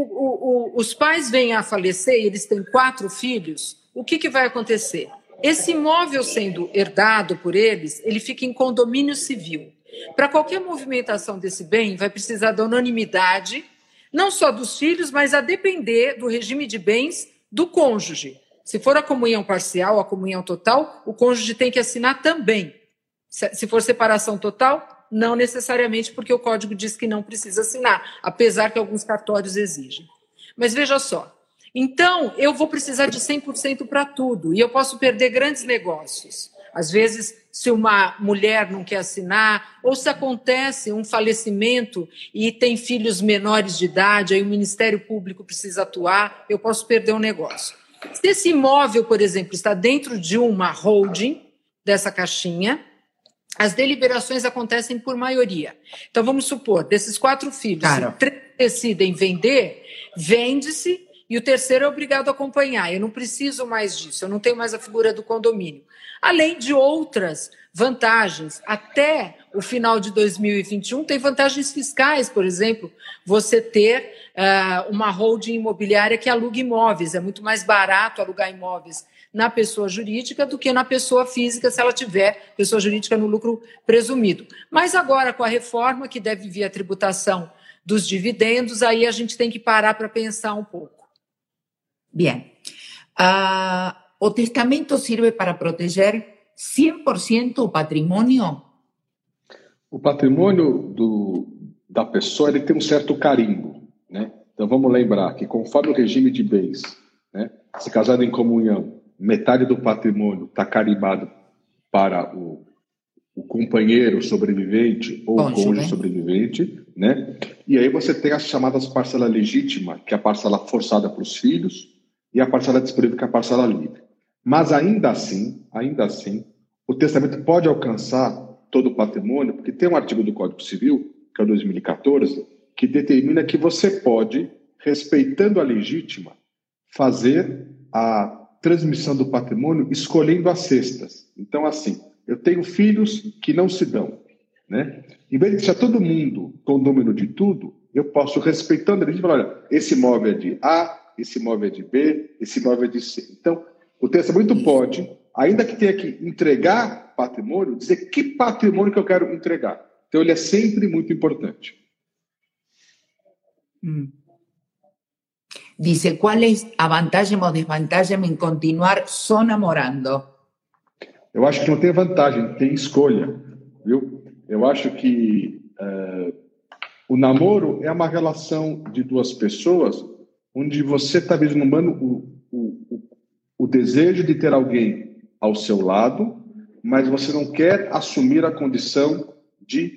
os pais vêm a falecer e eles têm 4 filhos, o que vai acontecer? Esse imóvel sendo herdado por eles, ele fica em condomínio civil. Para qualquer movimentação desse bem, vai precisar da unanimidade, não só dos filhos, mas a depender do regime de bens do cônjuge. Se for a comunhão parcial, a comunhão total, o cônjuge tem que assinar também. Se for separação total, não necessariamente, porque o código diz que não precisa assinar, apesar que alguns cartórios exigem. Mas veja só, então eu vou precisar de 100% para tudo, e eu posso perder grandes negócios. Às vezes, se uma mulher não quer assinar, ou se acontece um falecimento e tem filhos menores de idade, aí o Ministério Público precisa atuar, eu posso perder um negócio. Se esse imóvel, por exemplo, está dentro de uma holding, dessa caixinha, as deliberações acontecem por maioria. Então, vamos supor, desses 4 filhos, se 3 decidem vender, vende-se, e o terceiro é obrigado a acompanhar. Eu não preciso mais disso, eu não tenho mais a figura do condomínio. Além de outras vantagens, até o final de 2021 tem vantagens fiscais, por exemplo, você ter uma holding imobiliária que aluga imóveis. É muito mais barato alugar imóveis na pessoa jurídica do que na pessoa física, se ela tiver pessoa jurídica no lucro presumido. Mas agora, com a reforma, que deve vir a tributação dos dividendos, aí a gente tem que parar para pensar um pouco.
Bien. ¿O testamento sirve para proteger 100% o patrimônio?
O patrimônio da pessoa ele tem um certo carimbo, né? Então vamos lembrar que conforme o regime de bens, né, se casado em comunhão, metade do patrimônio está carimbado para o companheiro sobrevivente ou o cônjuge sobrevivente, né? E aí você tem as chamadas parcela legítima, que é a parcela forçada para os filhos, e a parcela disponível, que é a parcela livre. Mas ainda assim, o testamento pode alcançar todo o patrimônio, porque tem um artigo do Código Civil, que é o 2014, que determina que você pode, respeitando a legítima, fazer a transmissão do patrimônio escolhendo as cestas. Então, assim, eu tenho filhos que não se dão, né? Em vez de deixar todo mundo condômino de tudo, eu posso, respeitando a legítima, falar, olha, esse imóvel é de A, esse imóvel é de B, esse imóvel é de C. Então, o testamento pode, ainda que tenha que entregar patrimônio, dizer que patrimônio que eu quero entregar. Então, ele é sempre muito importante.
Dice, qual é a vantagem ou desvantagem em continuar só namorando?
Eu acho que não tem vantagem, tem escolha, viu? Eu acho que o namoro é uma relação de duas pessoas onde você está vislumbrando o desejo de ter alguém ao seu lado, mas você não quer assumir a condição de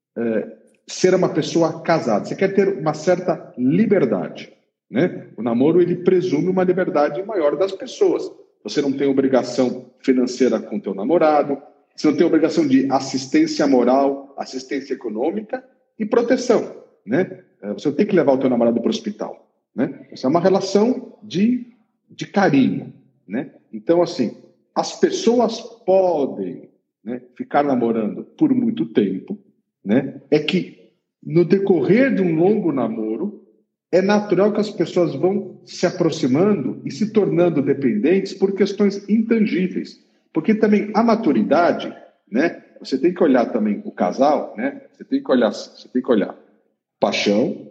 ser uma pessoa casada. Você quer ter uma certa liberdade, né? O namoro, ele presume uma liberdade maior das pessoas. Você não tem obrigação financeira com o teu namorado, você não tem obrigação de assistência moral, assistência econômica e proteção, né? Você não tem que levar o teu namorado para o hospital, né? Isso é uma relação de carinho, né? Então, assim, as pessoas podem, né, ficar namorando por muito tempo, né? É que no decorrer de um longo namoro, é natural que as pessoas vão se aproximando e se tornando dependentes por questões intangíveis. Porque também a maturidade, né? Você tem que olhar também o casal, né? Você tem que olhar paixão,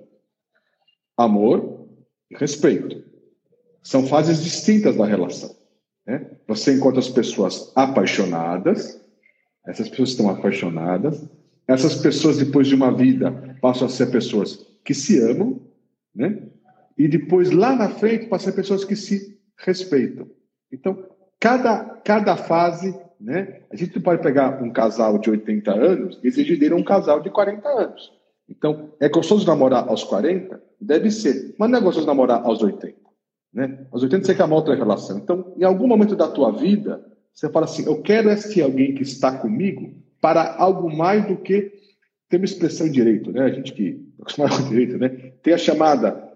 amor e respeito. São fases distintas da relação, né? Você encontra as pessoas apaixonadas, essas pessoas estão apaixonadas, essas pessoas depois de uma vida passam a ser pessoas que se amam, né? E depois lá na frente passam a ser pessoas que se respeitam. Então, cada fase, né? A gente não pode pegar um casal de 80 anos e exigir dele um casal de 40 anos. Então, é gostoso namorar aos 40? Deve ser, mas não é gostoso namorar aos 80, né? Aos 80 você quer uma outra relação. Então, em algum momento da tua vida, você fala assim, eu quero esse alguém que está comigo para algo mais do que... Tem uma expressão em direito, né? A gente que acostumado com direito, né? Tem a chamada,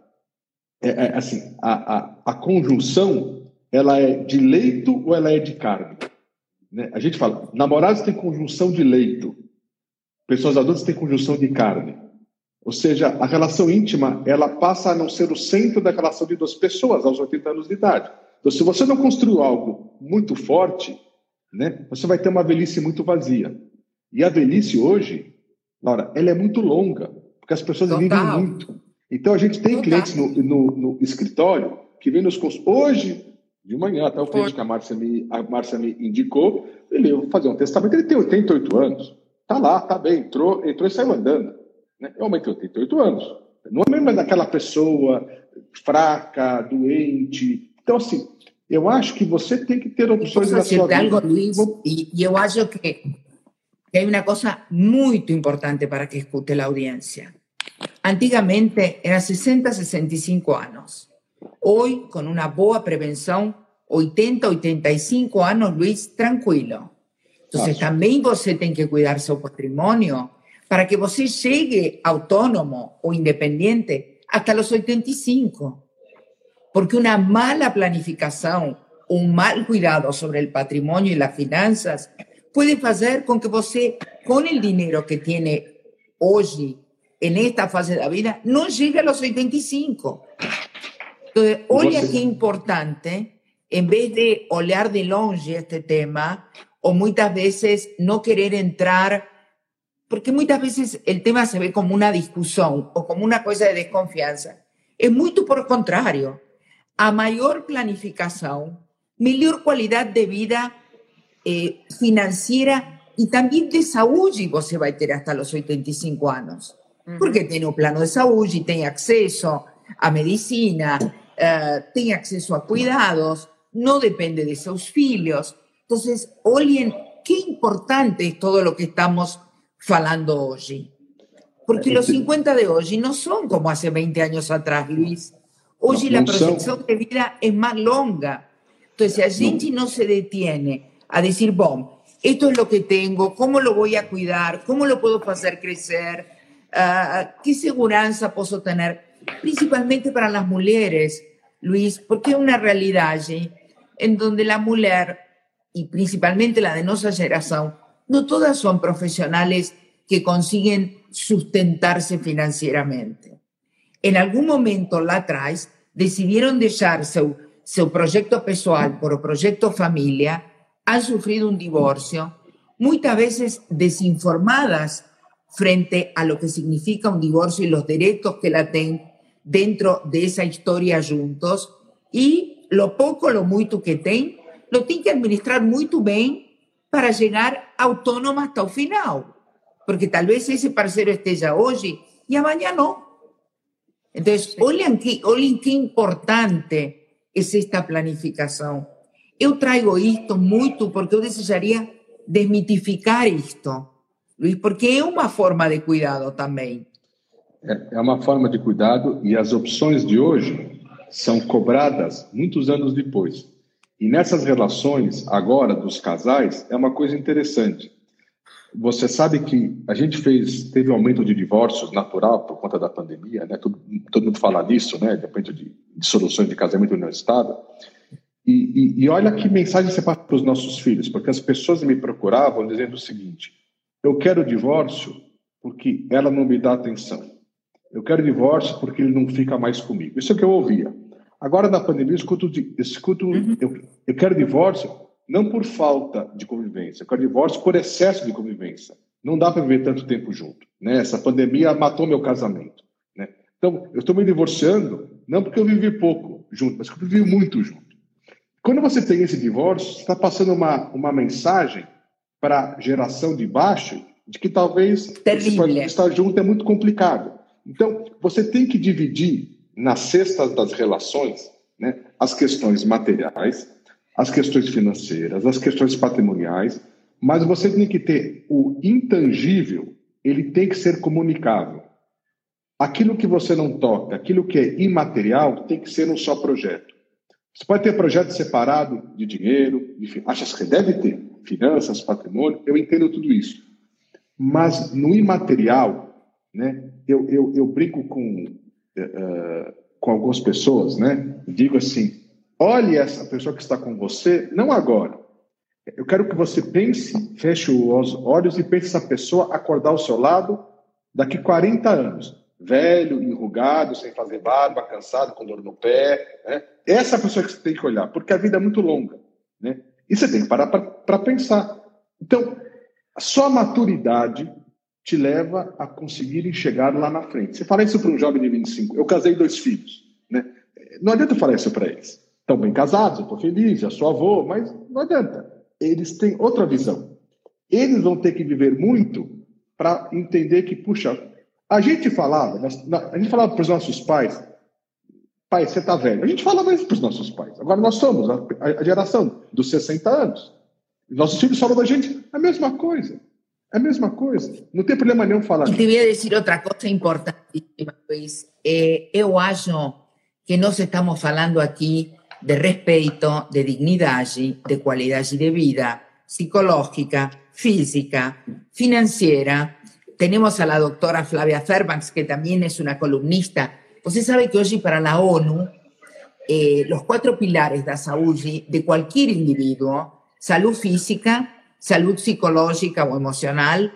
assim, a conjunção, ela é de leito ou ela é de carne? Né? A gente fala, namorados têm conjunção de leito, pessoas adultas têm conjunção de carne. Ou seja, a relação íntima, ela passa a não ser o centro da relação de duas pessoas aos 80 anos de idade. Então, se você não construiu algo muito forte, né, você vai ter uma velhice muito vazia. E a velhice hoje, Laura, ela é muito longa, porque as pessoas vivem muito. Então, a gente tem clientes no escritório que vêm nos hoje, de manhã, até o cliente que a Márcia me indicou, ele vai fazer um testamento, ele tem 88 anos. Tá lá, tá bem, entrou e saiu andando. Né? Eu aumentei 88 anos. Não é mesmo daquela pessoa fraca, doente. Então, assim, eu acho que você tem que ter opções na sua vida.
Algo, Luiz, e eu acho que hay una cosa muy importante para que escuche la audiencia. Antigamente eran 60, 65 años. Hoy, con una boa prevención, 80, 85 años, Luis, tranquilo. Entonces, también você tem que cuidar seu patrimônio para que você llegue autónomo o independiente hasta los 85. Porque una mala planificación, un mal cuidado sobre el patrimonio y las finanzas puede hacer con que você, con el dinero que tiene hoy en esta fase de la vida, no llegue a los 85. Entonces, olha que importante, en vez de olhar de longe este tema, o muchas veces no querer entrar porque muchas veces el tema se ve como una discusión o como una cosa de desconfianza. Es muy por el contrario. A mayor planificación, mejor calidad de vida financiera y también de saúde você vai ter hasta los 85 años. Porque tiene un plano de saúde, tiene acceso a medicina, tiene acceso a cuidados, no depende de sus filhos. Entonces, olhem qué importante es todo lo que estamos falando hoy. Porque los 50 de hoy no son como hace 20 años atrás, Luis. Hoy la proyección de vida es más longa. Entonces, si a gente no se detiene a decir, bueno, esto es lo que tengo, ¿cómo lo voy a cuidar? ¿Cómo lo puedo hacer crecer? ¿Qué seguridad puedo tener? Principalmente para las mujeres, Luis, porque es una realidad allí en donde la mujer, y principalmente la de nuestra generación, no todas son profesionales que consiguen sustentarse financieramente. En algún momento lá atrás decidieron dejar su proyecto pessoal por el proyecto familia, han sufrido un divorcio, muchas veces desinformadas frente a lo que significa un divorcio y los derechos que la tienen dentro de esa historia juntos, y lo poco, lo mucho que tienen, lo tienen que administrar muy bien para llegar autónoma hasta el final, porque tal vez ese parceiro esteja hoy y amanhã no. Entonces, olhem qué importante es esta planificación. Eu traigo isto muito porque eu desejaria desmitificar isto, Luis, porque é uma forma de cuidado também.
É uma forma de cuidado e as opções de hoje são cobradas muitos anos depois. E nessas relações, agora, dos casais, é uma coisa interessante. Você sabe que a gente teve um aumento de divórcios natural por conta da pandemia, né? Todo mundo fala nisso, né? Depende de soluções de casamento não estável. E olha que mensagem você passa para os nossos filhos, porque as pessoas me procuravam dizendo o seguinte: eu quero o divórcio porque ela não me dá atenção. Eu quero o divórcio porque ele não fica mais comigo. Isso é o que eu ouvia. Agora, na pandemia, eu escuto eu quero divórcio não por falta de convivência, eu quero divórcio por excesso de convivência. Não dá para viver tanto tempo junto, né? Essa pandemia matou meu casamento, né? Então, eu estou me divorciando não porque eu vivi pouco junto, mas porque eu vivi muito junto. Quando você tem esse divórcio, você está passando uma mensagem para a geração de baixo de que talvez estar junto é muito complicado. Então, você tem que dividir nas cestas das relações, né, as questões materiais, as questões financeiras, as questões patrimoniais, mas você tem que ter o intangível, ele tem que ser comunicável. Aquilo que você não toca, aquilo que é imaterial, tem que ser um só projeto. Você pode ter projeto separado de dinheiro, achas que deve ter finanças, patrimônio, eu entendo tudo isso. Mas no imaterial, né, eu brinco com algumas pessoas, né, digo assim: olhe essa pessoa que está com você, não agora. Eu quero que você pense, feche os olhos e pense essa pessoa acordar ao seu lado daqui 40 anos. Velho, enrugado, sem fazer barba, cansado, com dor no pé, né? Essa é a pessoa que você tem que olhar, porque a vida é muito longa, né? E você tem que parar para pensar. Então, só a maturidade te leva a conseguir enxergar lá na frente. Você fala isso para um jovem de 25, eu casei 2 filhos, né? Não adianta falar isso para eles. Estão bem casados, eu estou feliz, já sou avô, mas não adianta. Eles têm outra visão. Eles vão ter que viver muito para entender que, puxa, a gente falava para os nossos pais: pai, você está velho. A gente falava isso para os nossos pais. Agora nós somos a geração dos 60 anos. Nossos filhos falam da gente a mesma coisa. É a mesma coisa. Não tem problema nenhum falar.
E te voy a dizer outra coisa importantíssima, Luis. Eu acho que nós estamos falando aqui de respeito, de dignidade, de qualidade de vida psicológica, física, financiera. Tenemos a la doctora Flavia Fairbanks, que también es una columnista. Usted sabe que hoy para la ONU, los 4 pilares de la salud de cualquier individuo, salud física, salud psicológica o emocional,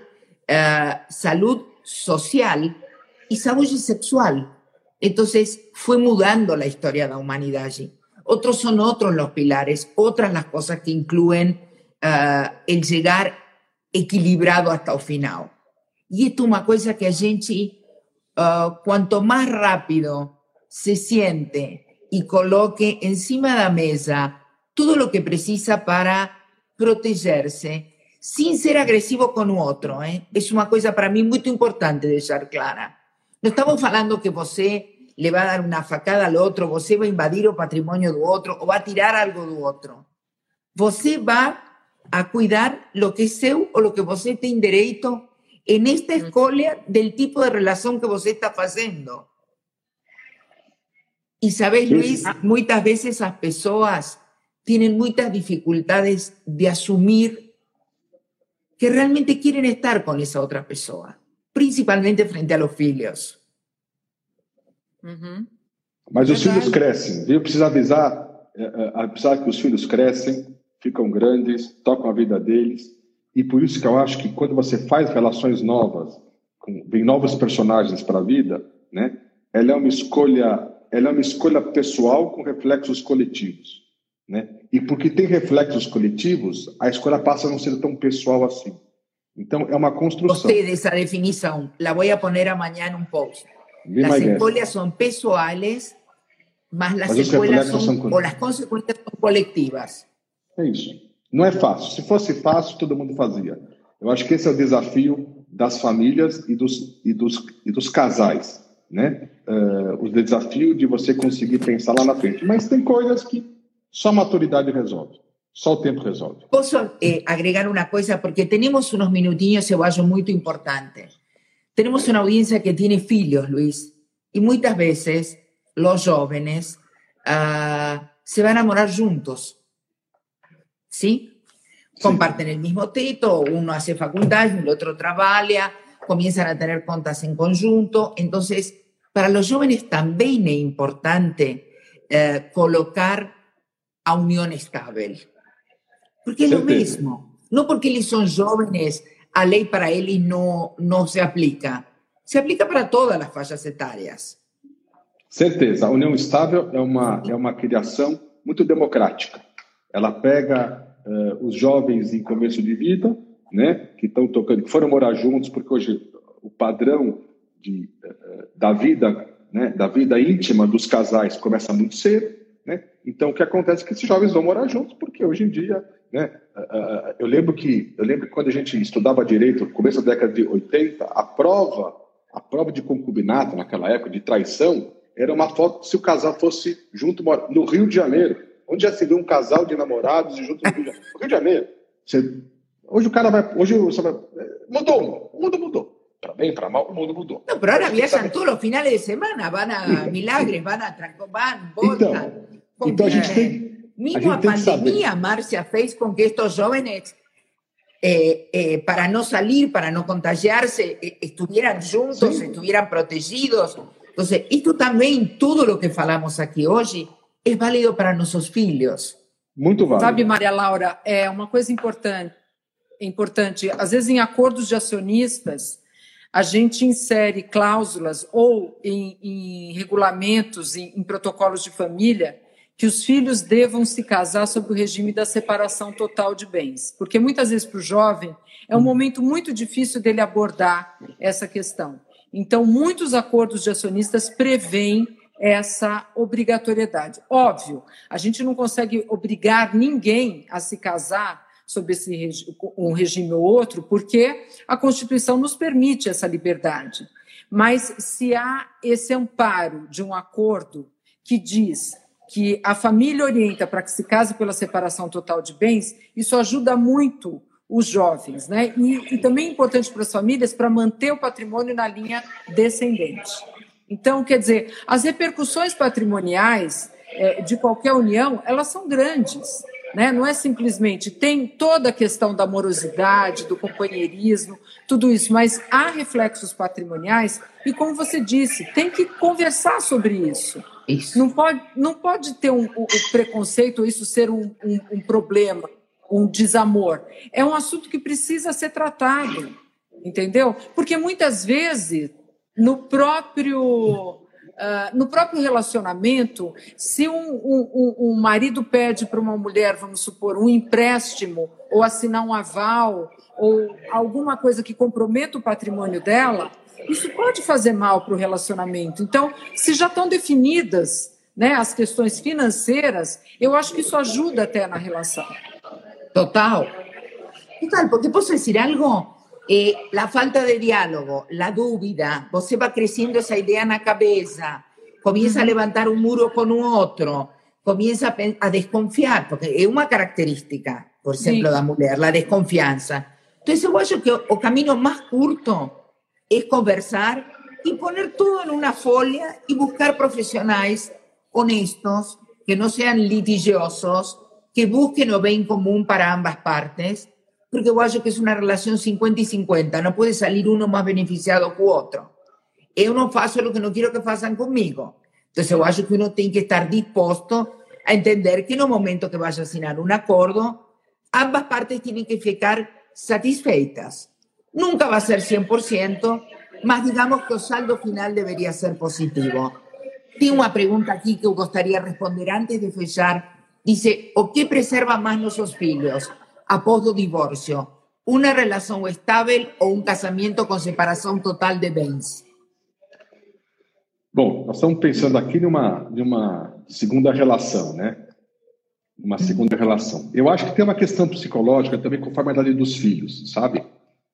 salud social y salud sexual. Entonces fue mudando la historia de la humanidad allí. Otros son otros los pilares, otras las cosas que incluyen el llegar equilibrado hasta el final. E esto es una cosa que a gente, cuanto más rápido se siente y coloque encima de la mesa todo lo que precisa para protegerse, sin ser agresivo con el otro. Es una cosa para mí muy importante dejar clara. No estamos hablando que você le va a dar una facada al otro, você va a invadir el patrimonio del otro o va a tirar algo del otro. Você va a cuidar lo que es seu o lo que você tem direito en esta escolha del tipo de relación que você está haciendo. Y sabes, Luis, muchas veces las personas tienen muchas dificultades de asumir que realmente quieren estar con esa otra persona, principalmente frente a los filhos.
Mas os filhos crescem, viu? Precisa avisar que os filhos crescem, ficam grandes, tocam a vida deles, e por isso que eu acho que quando você faz relações novas, vem novos personagens para a vida, né? Ela é uma escolha pessoal com reflexos coletivos, né? E porque tem reflexos coletivos, a escolha passa a não ser tão pessoal assim. Então é uma construção.
Gostei dessa definição, la voy a poner amanhã en un post. Las escolhas son pessoales, mas las escolhas o las consecuencias son colectivas.
É isso. Não é fácil. Se fosse fácil, todo mundo fazia. Eu acho que esse é o desafio das famílias e dos casais, né? O desafio de você conseguir pensar lá na frente. Mas tem coisas que só a maturidade resolve. Só o tempo resolve.
Posso agregar una cosa? Porque tenemos unos minutinhos, Ceballos, muy importantes. Tenemos una audiencia que tiene filhos, Luis, y muchas veces los jóvenes se van a morar juntos. ¿Sí? Comparten el mismo teto, uno hace facultad, el otro trabaja, comienzan a tener contas en conjunto. Entonces, para los jóvenes también es importante colocar a unión estable. Porque es lo mismo. No porque ellos son jóvenes, a lei para eles não se aplica. Se aplica para todas as faixas etárias.
Certeza. A união estável é uma criação muito democrática. Ela pega os jovens em começo de vida, né, que estão tocando, que foram morar juntos, porque hoje o padrão da vida, né, da vida íntima dos casais começa muito cedo, né? Então o que acontece é que esses jovens vão morar juntos, porque hoje em dia, né, eu lembro que quando a gente estudava direito, no começo da década de 80, a prova de concubinato naquela época, de traição, era uma foto se o casal fosse junto no Rio de Janeiro, onde já se viu um casal de namorados e juntos no Rio de Janeiro. Hoje o cara vai... Mudou. O mundo mudou. Para bem, para mal, o mundo mudou.
Não, pero ahora viajan todos los finales de semana, van a Milagres, van a Trancobán, voltan.
Então a gente tem...
Mismo a pandemia, Márcia, fez com que estos jóvenes, para no salir, para no contagiarse, estuvieran juntos, estuvieran protegidos. Entonces, esto también, todo lo que falamos aqui hoje, é válido para nossos filhos.
Muito válido.
Sabe, Maria Laura, é uma coisa importante. Às vezes, em acordos de acionistas, a gente insere cláusulas ou em regulamentos, em protocolos de família, que os filhos devam se casar sob o regime da separação total de bens. Porque muitas vezes para o jovem é um momento muito difícil dele abordar essa questão. Então, muitos acordos de acionistas prevêem essa obrigatoriedade. Óbvio, a gente não consegue obrigar ninguém a se casar sob um regime ou outro, porque a Constituição nos permite essa liberdade. Mas se há esse amparo de um acordo que diz que a família orienta para que se case pela separação total de bens, isso ajuda muito os jovens, né? E também é importante para as famílias para manter o patrimônio na linha descendente. Então, quer dizer, as repercussões patrimoniais de qualquer união, elas são grandes, né? Não é simplesmente, tem toda a questão da morosidade, do companheirismo, tudo isso, mas há reflexos patrimoniais e, como você disse, tem que conversar sobre isso.
Isso.
Não pode ter um preconceito ou isso ser um problema, um desamor. É um assunto que precisa ser tratado, entendeu? Porque muitas vezes, no próprio no próprio relacionamento, se um marido pede para uma mulher, vamos supor, um empréstimo ou assinar um aval ou alguma coisa que comprometa o patrimônio dela, isso pode fazer mal para o relacionamento. Então, se já estão definidas, né, as questões financeiras, eu acho que isso ajuda até na relação.
Total. Total, porque posso dizer algo? La falta de diálogo, la dúvida, você va creciendo esa idea na cabeça, comienza a levantar un muro con un otro, comienza a desconfiar, porque é uma característica, por exemplo, da mulher, la desconfiança. Entonces, eu acho que o camino más curto es conversar y poner todo en una folia y buscar profesionales honestos, que no sean litigiosos, que busquen o bien común para ambas partes, porque eu acho que es una relación 50 y 50, no puede salir uno más beneficiado que otro. Eu não faço o que não quero que façam comigo. Entonces, eu acho que uno tiene que estar dispuesto a entender que no momento que vaya a assinar un acuerdo, ambas partes tienen que ficar satisfeitas. Nunca va a ser 100%, mas digamos que el saldo final debería ser positivo. Tengo una pregunta aquí que eu gostaria de responder antes de fechar. Dice, o que preserva más nuestros filhos após do divórcio? Una relación estable o un casamiento con separación total de bens?
Bom, nós estamos pensando aqui numa segunda relação, né? Uma segunda relação. Eu acho que tem uma questão psicológica também conforme a idade dos filhos, sabe?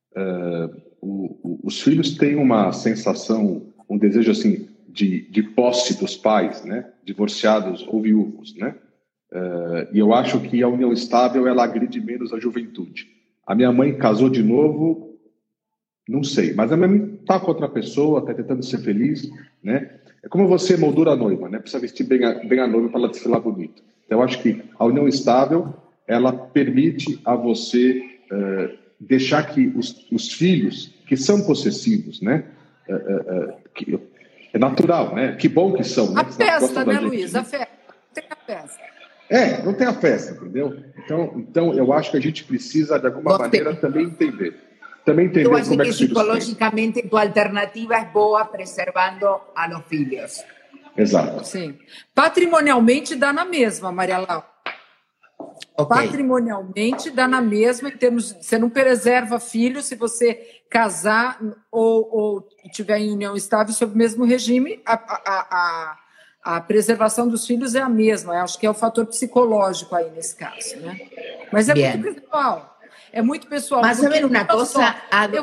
Os filhos têm uma sensação, um desejo assim de posse dos pais, né? Divorciados ou viúvos, né? E eu acho que a união estável ela agride menos a juventude. A minha mãe casou de novo, não sei, mas a minha mãe está com outra pessoa, está tentando ser feliz, né? É como você moldura a noiva, né? Precisa vestir bem a noiva para ela desfilar bonito. Então, eu acho que a união estável ela permite a você deixar que os filhos, que são possessivos, né? É natural, né? Que bom que são.
A festa, né, Luiz? A festa. Tem a festa.
Não tem a festa, entendeu? Então, eu acho que a gente precisa, de alguma maneira, também entender.
Eu acho que psicologicamente tua alternativa é boa preservando a los filhos.
Exato.
Sim. Patrimonialmente dá na mesma, Maria Laura. Okay. Patrimonialmente dá na mesma, em termos de, você não preserva filhos se você casar ou tiver em união estável sob o mesmo regime, a preservação dos filhos é a mesma. Eu acho que é o fator psicológico aí nesse caso, né? Mas é muito pessoal. É muito pessoal.
Mas sabe uma coisa?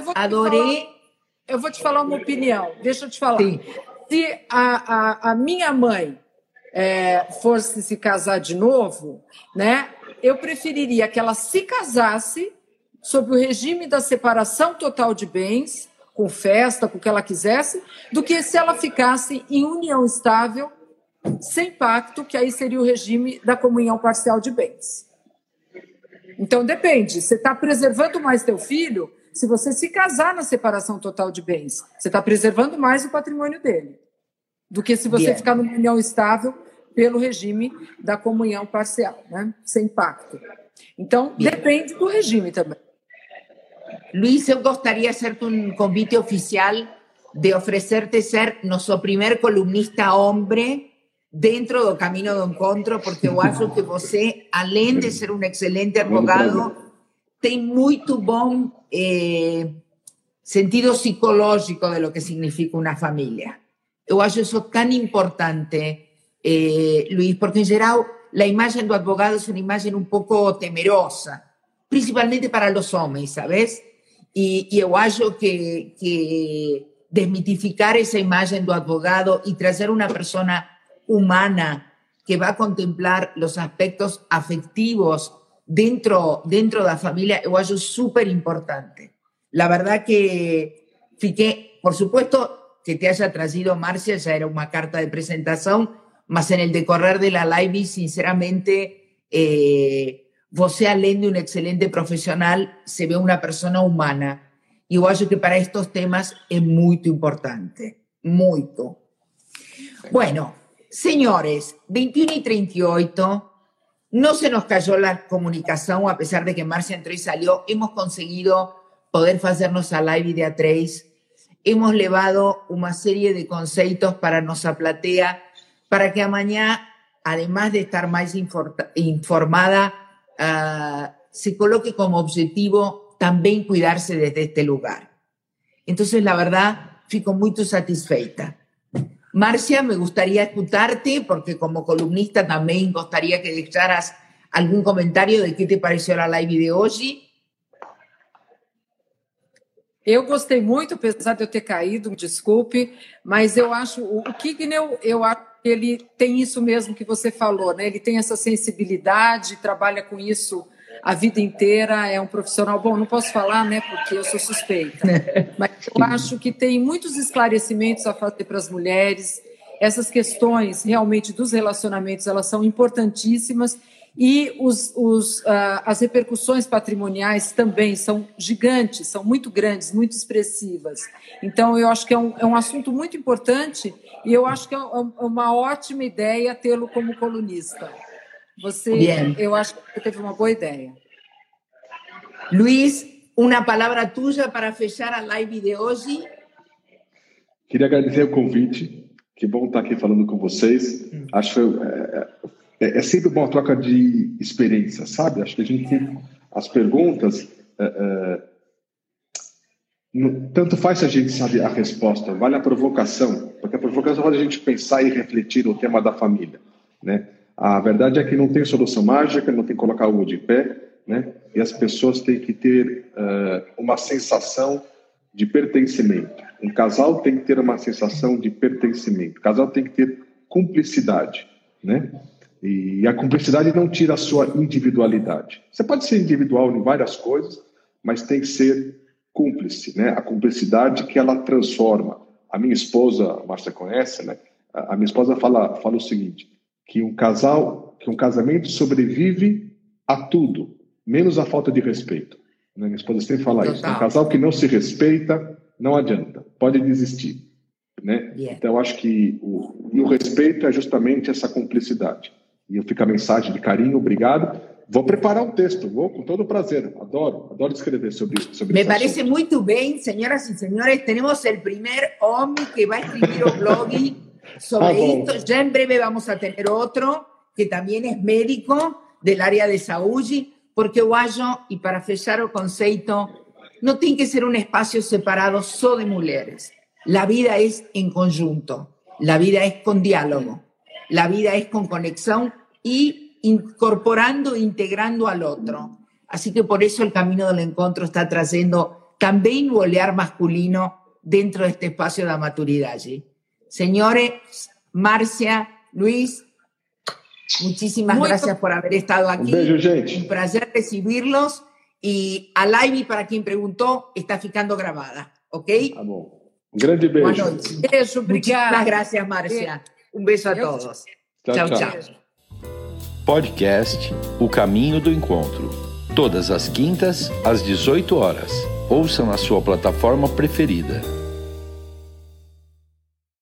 Eu vou te falar uma opinião. Deixa eu te falar.
Sim.
Se a minha mãe fosse se casar de novo, né? Eu preferiria que ela se casasse sob o regime da separação total de bens, com festa, com o que ela quisesse, do que se ela ficasse em união estável, sem pacto, que aí seria o regime da comunhão parcial de bens. Então, depende. Você está preservando mais teu filho se você se casar na separação total de bens. Você está preservando mais o patrimônio dele do que se você ficar numa união estável pelo regime da comunhão parcial, né? Sem pacto. Então, depende do regime também.
Luiz, eu gostaria de hacer un convite oficial de ofrecerte ser nosso primeiro columnista hombre dentro do Caminho do Encontro, porque eu acho que você, além de ser um excelente advogado, tem muito bom sentido psicológico de lo que significa uma família. Eu acho isso tão importante, Luiz, porque, em geral, a imagem do advogado é uma imagem um pouco temerosa, principalmente para os homens, ¿sabes? E eu acho que desmitificar essa imagem do advogado e trazer uma pessoa humana que va a contemplar los aspectos afectivos dentro da familia, eu acho súper importante. La verdad que fiqué, por supuesto, que te haya traído Marcia, ya era una carta de presentación, mas en el decorrer de la live, sinceramente, você, além de un excelente profesional, se ve una persona humana. Y yo acho que para estos temas es muy importante, muito. Bueno, señores, 21:38, no se nos cayó la comunicación, a pesar de que Marcia entró y salió. Hemos conseguido poder hacernos a live de a 3. hemos levado una serie de conceptos para nuestra platea, para que mañana, además de estar más informada, se coloque como objetivo también cuidarse desde este lugar. Entonces, la verdad, fico muy satisfeita. Marcia, me gustaría escucharte, porque como columnista también gustaría que dejaras algún comentario de qué te pareció la live de hoje.
Eu gostei muito, apesar de eu ter caído, me desculpe, mas eu acho, o Kignel, eu acho que ele tem isso mesmo que você falou, né? Ele tem essa sensibilidade, trabalha com isso a vida inteira, é um profissional, bom, não posso falar, né, porque eu sou suspeita, mas eu acho que tem muitos esclarecimentos a fazer para as mulheres, essas questões realmente dos relacionamentos, elas são importantíssimas, e as repercussões patrimoniais também são gigantes, são muito grandes, muito expressivas. Então, eu acho que é um assunto muito importante e eu acho que é uma ótima ideia tê-lo como colunista. Eu acho que você teve uma boa ideia.
Luiz, uma palavra tua para fechar a live de hoje.
Queria agradecer o convite. Que bom estar aqui falando com vocês. Acho é sempre uma troca de experiência, sabe? Acho que a gente tem as perguntas, tanto faz se a gente sabe a resposta, vale a provocação, porque a provocação faz a gente pensar e refletir no tema da família, né? A verdade é que não tem solução mágica, não tem que colocar o de pé, né? E as pessoas têm que ter uma sensação de pertencimento. Um casal tem que ter uma sensação de pertencimento. O casal tem que ter cumplicidade, né? E a cumplicidade não tira a sua individualidade. Você pode ser individual em várias coisas, mas tem que ser cúmplice, né? A cumplicidade que ela transforma. A minha esposa, a Márcia conhece, né? A minha esposa fala o seguinte, que um casamento sobrevive a tudo, menos a falta de respeito. Minha esposa sempre fala isso. Um casal que não se respeita, não adianta, pode desistir, né? Então, eu acho que o respeito é justamente essa cumplicidade. E fica a mensagem de carinho, obrigado. Vou preparar um texto, vou com todo prazer. Adoro escrever sobre isso.
Me parece muito bem, senhoras e senhores. Temos o primeiro homem que vai escrever o blog sobre esto. Ya en breve vamos a tener otro que también es médico del área de saúde, porque eu acho, y para fechar o conceito, no tiene que ser un espacio separado solo de mujeres. La vida es en conjunto, la vida es con diálogo, la vida es con conexión y incorporando e integrando al otro. Así que por eso el Camino del Encontro está trayendo también un olhar masculino dentro de este espacio de maturidad. Señores, Márcia, Luis, muchísimas gracias por haber estado aquí.
Un beijo, gente.
Un placer recibirlos. Y a live, para quien preguntó, está ficando grabada, ¿ok?
Tá bom. Um grande beijo.
Boa noite.
Beijo, obrigada.
Muchas gracias, Márcia. Um beijo a todos.
Tchau,
Tchau.
Podcast O Caminho do Encontro. Todas as quintas, às 18 horas. Ouça na sua plataforma preferida.